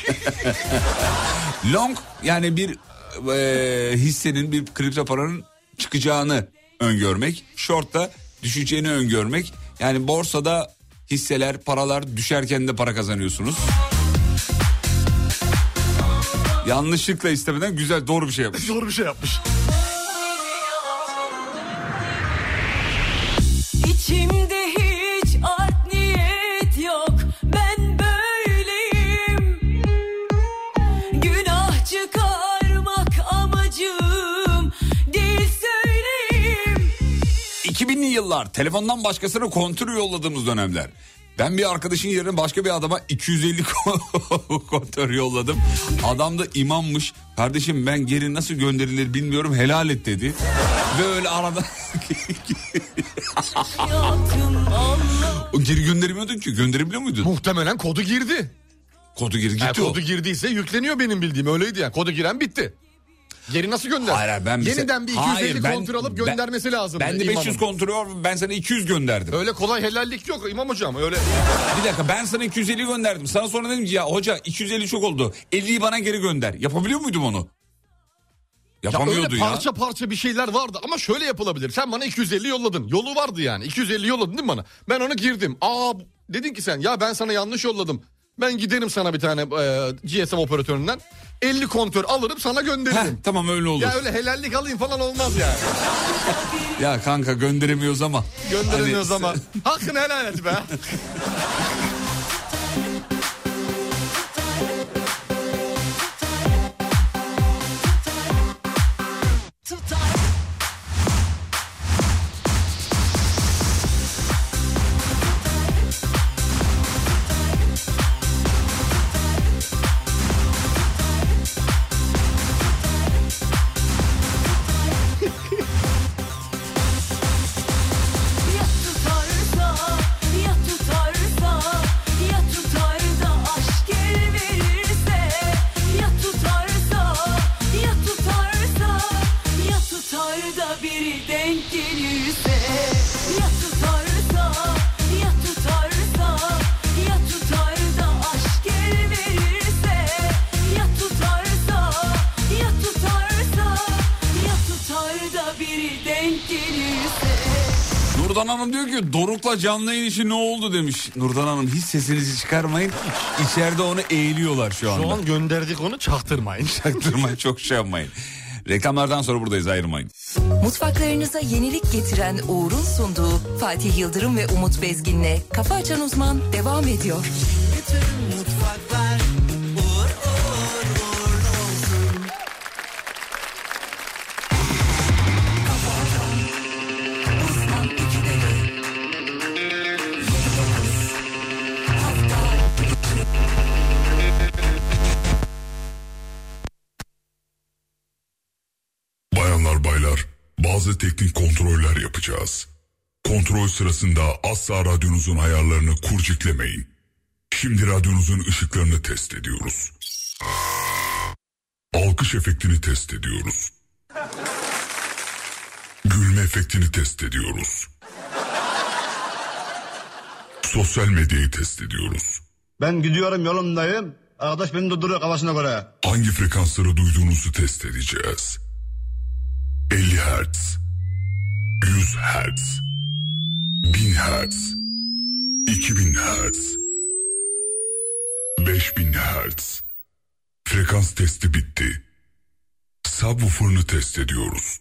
Long yani bir e, hissenin, bir kripto paranın çıkacağını öngörmek. Short da düşeceğini öngörmek. Yani borsada hisseler, paralar düşerken de para kazanıyorsunuz. Yanlışlıkla istemeden güzel, doğru bir şey yapmış. Doğru bir şey yapmış. İçimde hiç art niyet yok. Ben böyleyim. Günah çıkarmak amacım değil, söyleyeyim. iki binli yıllar, telefondan başkasına kontür yolladığımız dönemler. Ben bir arkadaşın yerine başka bir adama iki yüz elli kontör yolladım. Adam da imammış. Kardeşim ben geri nasıl gönderilir bilmiyorum, helal et dedi. Ve öyle arada... O geri gönderemiyordun ki, gönderebiliyor muydun? Muhtemelen kodu girdi. Kodu geri gitti yani o. Kodu girdiyse yükleniyor, benim bildiğim öyleydi yani. Kodu giren bitti. Geri nasıl gönder? Hayır, ben Yeniden bir iki yüz elli Hayır, ben, kontür alıp göndermesi ben, lazım. Ben de beş yüz kontür, ben sana iki yüz gönderdim. Öyle kolay helallik yok İmam hocam, öyle. Bir dakika, ben sana iki yüz elli gönderdim. Sana sonra dedim ki ya hoca iki yüz elli çok oldu. elliyi bana geri gönder. Yapabiliyor muydum onu? Yapamıyordu ya. Öyle parça parça bir şeyler vardı ama şöyle yapılabilir. Sen bana iki yüz elli yolladın. Yolu vardı yani. iki yüz elli yolladın değil mi bana? Ben onu girdim. Aa dedin ki sen ya ben sana yanlış yolladım. Ben giderim sana bir tane e, G S M operatöründen elli kontör alırım sana gönderirim. Heh, tamam öyle olur. Ya öyle helallik alayım falan olmaz yani. Ya kanka gönderemiyoruz ama. Gönderemiyoruz hani... ama. Hakkını helal et be. Ya tutarsa, ya tutarsa da biri denk gelirse, ya tutarsa, ya tutarsa, ya tutar da aşk el verirse, ya tutarsa, ya tutarsa, ya tutar da biri denk gelirse. Nurdan Hanım diyor ki Doruk'la canlı yayın işi ne oldu demiş. Nurdan Hanım hiç sesinizi çıkarmayın. İçeride onu eğiliyorlar şu anda. Şu an gönderdik onu, çaktırmayın. Çaktırmayın, çok şey yapmayın. Reklamlardan sonra buradayız, ayrılmayın. Mutfaklarınıza yenilik getiren Uğur'un sunduğu Fatih Yıldırım ve Umut Bezgin'le Kafa Açan Uzman devam ediyor. Bütün mutfaklar uğur uğur uğurlu olsun. Bayanlar baylar, bazı teknik kontroller yapacağız. Kontrol sırasında asla radyonuzun ayarlarını kurciklemeyin. Şimdi radyonuzun ışıklarını test ediyoruz. Alkış efektini test ediyoruz. Gülme efektini test ediyoruz. Sosyal medyayı test ediyoruz. Ben gidiyorum yolundayım. Arkadaş beni durduruyor kafasına göre. Hangi frekansları duyduğunuzu test edeceğiz. elli hertz, yüz hertz, bin hertz, iki bin hertz, beş bin hertz. Frekans testi bitti. Subwoofer'ını test ediyoruz.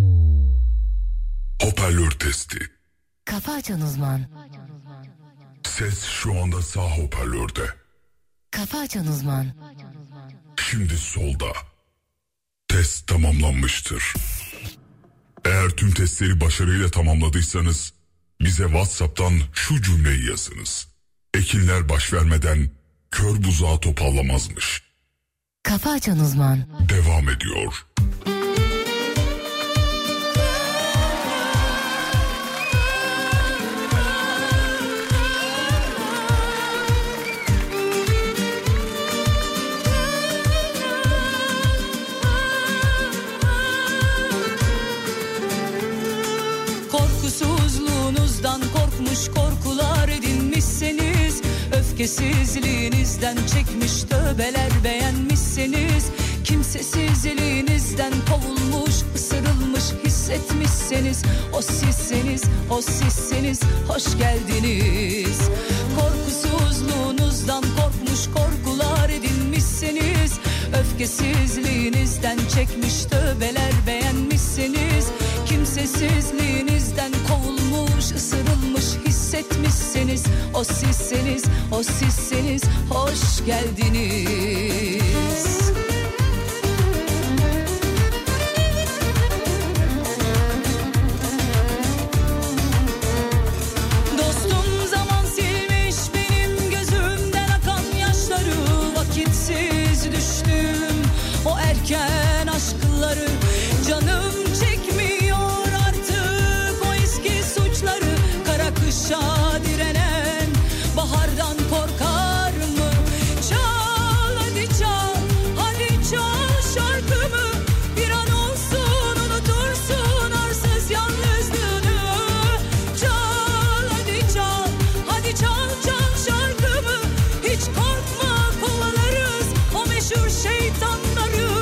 Hoparlör testi. Kafa Açan Uzman. Ses şu anda sağ hoparlörde. Kafa Açan Uzman. Şimdi solda. Test tamamlanmıştır. Eğer tüm testleri başarıyla tamamladıysanız bize WhatsApp'tan şu cümleyi yazınız. Ekinler baş vermeden kör buzağı topallamazmış. Kafa Açan Uzman. Devam ediyor. Korkusuzluğunuzdan korkmuş, korkular edinmişseniz, öfkesizliğinizden çekmiş tövbeler beğenmişseniz, kimsesizliğinizden kovulmuş, ısırılmış hissetmişseniz, o sizseniz, o sizseniz hoş geldiniz. Korkusuzluğunuzdan korkmuş, korkular edinmişseniz, öfkesizliğinizden çekmiş tövbeler beğenmişseniz, kimsesizliğinizden kovulmuş, ısırılmış hissetmişseniz, o sizseniz, o sizseniz hoş geldiniz. Dostum zaman silmiş benim gözümden akan yaşları, vakitsiz düştüm o erken aşkları, canım çekmiyor artık o eski suçları, kara kışa direnen bahardan korkar mı? Çal hadi çal, hadi çal şarkımı, bir an olsun unutursun arsız yalnızlığını. Çal hadi çal, hadi çal çal şarkımı, hiç korkma kovalarız o meşhur şeytanları.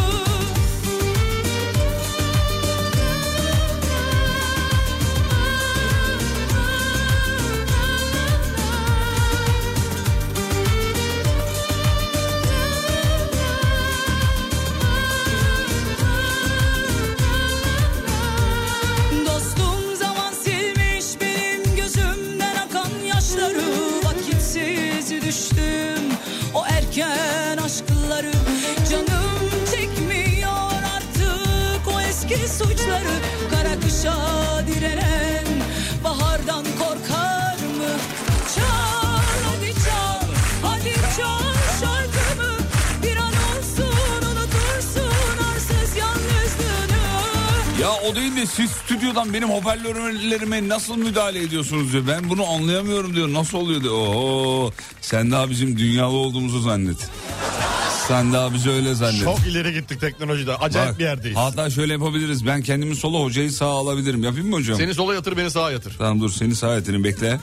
Dostum zaman silmiş benim gözümden akan yaşları, vakitsiz düştüm o erken aşkları, canım çekmiyor artık o eski suçları, kara kışa direnen bahardan korkar mı? Çal hadi çal, hadi çal şarkımı, bir an olsun unutursun arsız yalnızlığını. Ya o değil de siz stüdyodan benim hoparlörlerime nasıl müdahale ediyorsunuz diyor. Ben bunu anlayamıyorum diyor. Nasıl oluyor diyor. Oo, sen daha bizim dünyalı olduğumuzu zannet. Sen daha bizi öyle zannet. Çok ileri gittik teknolojide. Acayip Bak, bir yerdeyiz. Hatta şöyle yapabiliriz. Ben kendimi sola, hocayı sağa alabilirim. Yapayım mı hocam? Seni sola yatır, beni sağa yatır. Tamam dur, seni sağa yatırayım, bekle.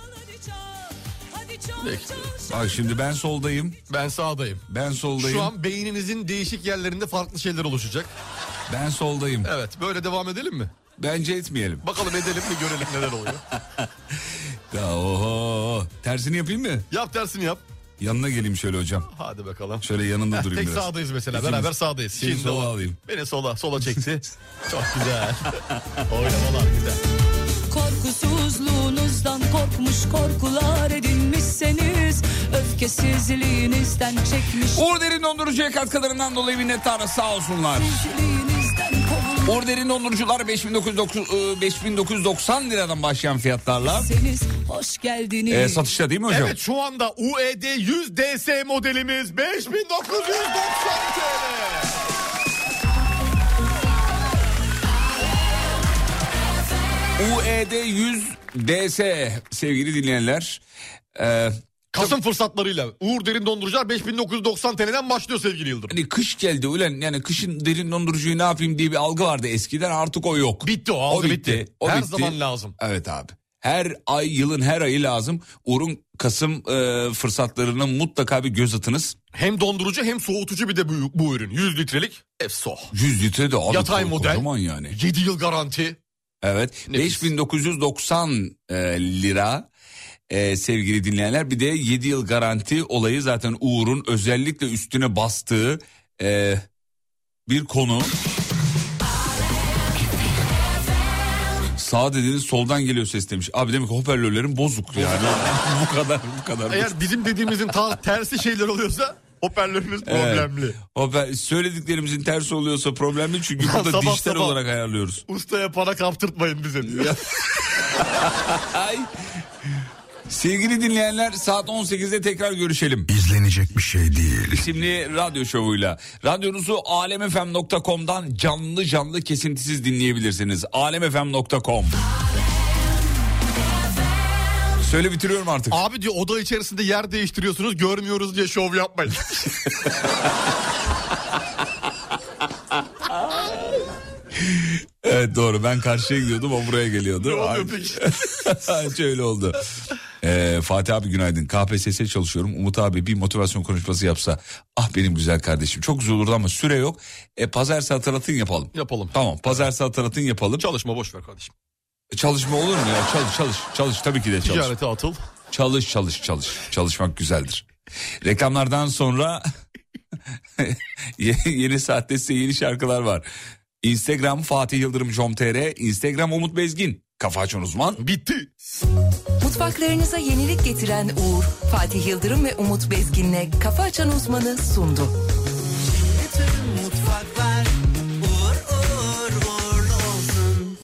Bekle. Bak şimdi ben soldayım. Ben sağdayım. Ben soldayım. Şu an beyninizin değişik yerlerinde farklı şeyler oluşacak. Ben soldayım. Evet, böyle devam edelim mi? Bence etmeyelim. Bakalım edelim mi, görelim neler oluyor. Ya oho. Tersini yapayım mı? Yap, tersini yap. Yanına geleyim şöyle hocam. Hadi bakalım. Şöyle yanında Heh, durayım tek biraz. sağdayız mesela. İkimiz. Beraber sağdayız. Seni Şimdi sola o- alayım. Beni sola, sola çekti. Çok güzel. Oynamalar güzel. Korkusuzluğunuzdan korkmuş, korkular edinmişseniz, öfkesizliğinizden çekmiş, Uğur Derin Dondurucu'ya katkılarından dolayı minnettarız, sağ olsunlar. kişiliğinizden kovulmuş. Uğur Derin Dondurucular beş bin dokuz yüz doksan liradan başlayan fiyatlarla. Seniz hoş geldiniz. Ee, satışta değil mi hocam? Evet, şu anda U E D yüz D S modelimiz beş bin dokuz yüz doksan TL. U E D yüz D S sevgili dinleyenler. Ee, Kasım fırsatlarıyla Uğur Derin Dondurucular beş bin dokuz yüz doksan T L'den başlıyor sevgili Yıldırım. hani kış geldi ulan, yani kışın derin dondurucuyu ne yapayım diye bir algı vardı eskiden, artık o yok. Bitti o, algı bitti. O Her bitti. zaman lazım. Evet abi. Her ay, yılın her ayı lazım. Uğur'un Kasım e, fırsatlarına mutlaka bir göz atınız. Hem dondurucu hem soğutucu bir de bu, bu ürün. yüz litrelik Efso. yüz litre de abi. Yatay ko- model. kocaman yani. yedi yıl garanti. Evet. Nefis. beş bin dokuz yüz doksan e, lira e, sevgili dinleyenler. Bir de yedi yıl garanti olayı zaten Uğur'un özellikle üstüne bastığı e, bir konu. Sağ dediğiniz soldan geliyor ses demiş. Abi demek ki hoparlörlerin bozuk yani. bu kadar bu kadar. Eğer bizim dediğimizin ta- tersi şeyler oluyorsa hoparlörünüz problemli. Evet. Hoparlör, söylediklerimizin tersi oluyorsa problemli, çünkü burada Sabah dijital sabah. olarak ayarlıyoruz. Ustaya para kaptırtmayın bize diyor. Ay. Sevgili dinleyenler, saat on sekizde tekrar görüşelim. İzlenecek bir şey değil. İsimli radyo şovuyla. Radyonuzu alemfm nokta com'dan canlı canlı kesintisiz dinleyebilirsiniz. alemfm nokta com. Söyle, bitiriyorum artık. Abi diyor, oda içerisinde yer değiştiriyorsunuz, görmüyoruz diye şov yapmayın. Evet doğru, ben karşıya gidiyordum, o buraya geliyordu. Ne oluyor Ay- peki? Şöyle oldu. Ee, Fatih abi günaydın. K P S S çalışıyorum. Umut abi bir motivasyon konuşması yapsa. Ah benim güzel kardeşim. Çok güzel olurdu ama süre yok. E, pazartesi hatırlatın yapalım. Yapalım. Tamam, pazartesi hatırlatın yapalım. Çalışma, boş ver kardeşim. Çalışma olur mu ya? Çalış çalış. Çalış tabii ki de çalış. Ticarete atıl. Çalış çalış çalış. Çalışmak güzeldir. Reklamlardan sonra yeni saatte size yeni şarkılar var. Instagram Fatih Yıldırım nokta com nokta tr, Instagram Umut Bezgin. Kafa Açan Uzman. Bitti. Mutfaklarınıza yenilik getiren Uğur, Fatih Yıldırım ve Umut Bezgin'le Kafa Açan Uzman'ı sundu.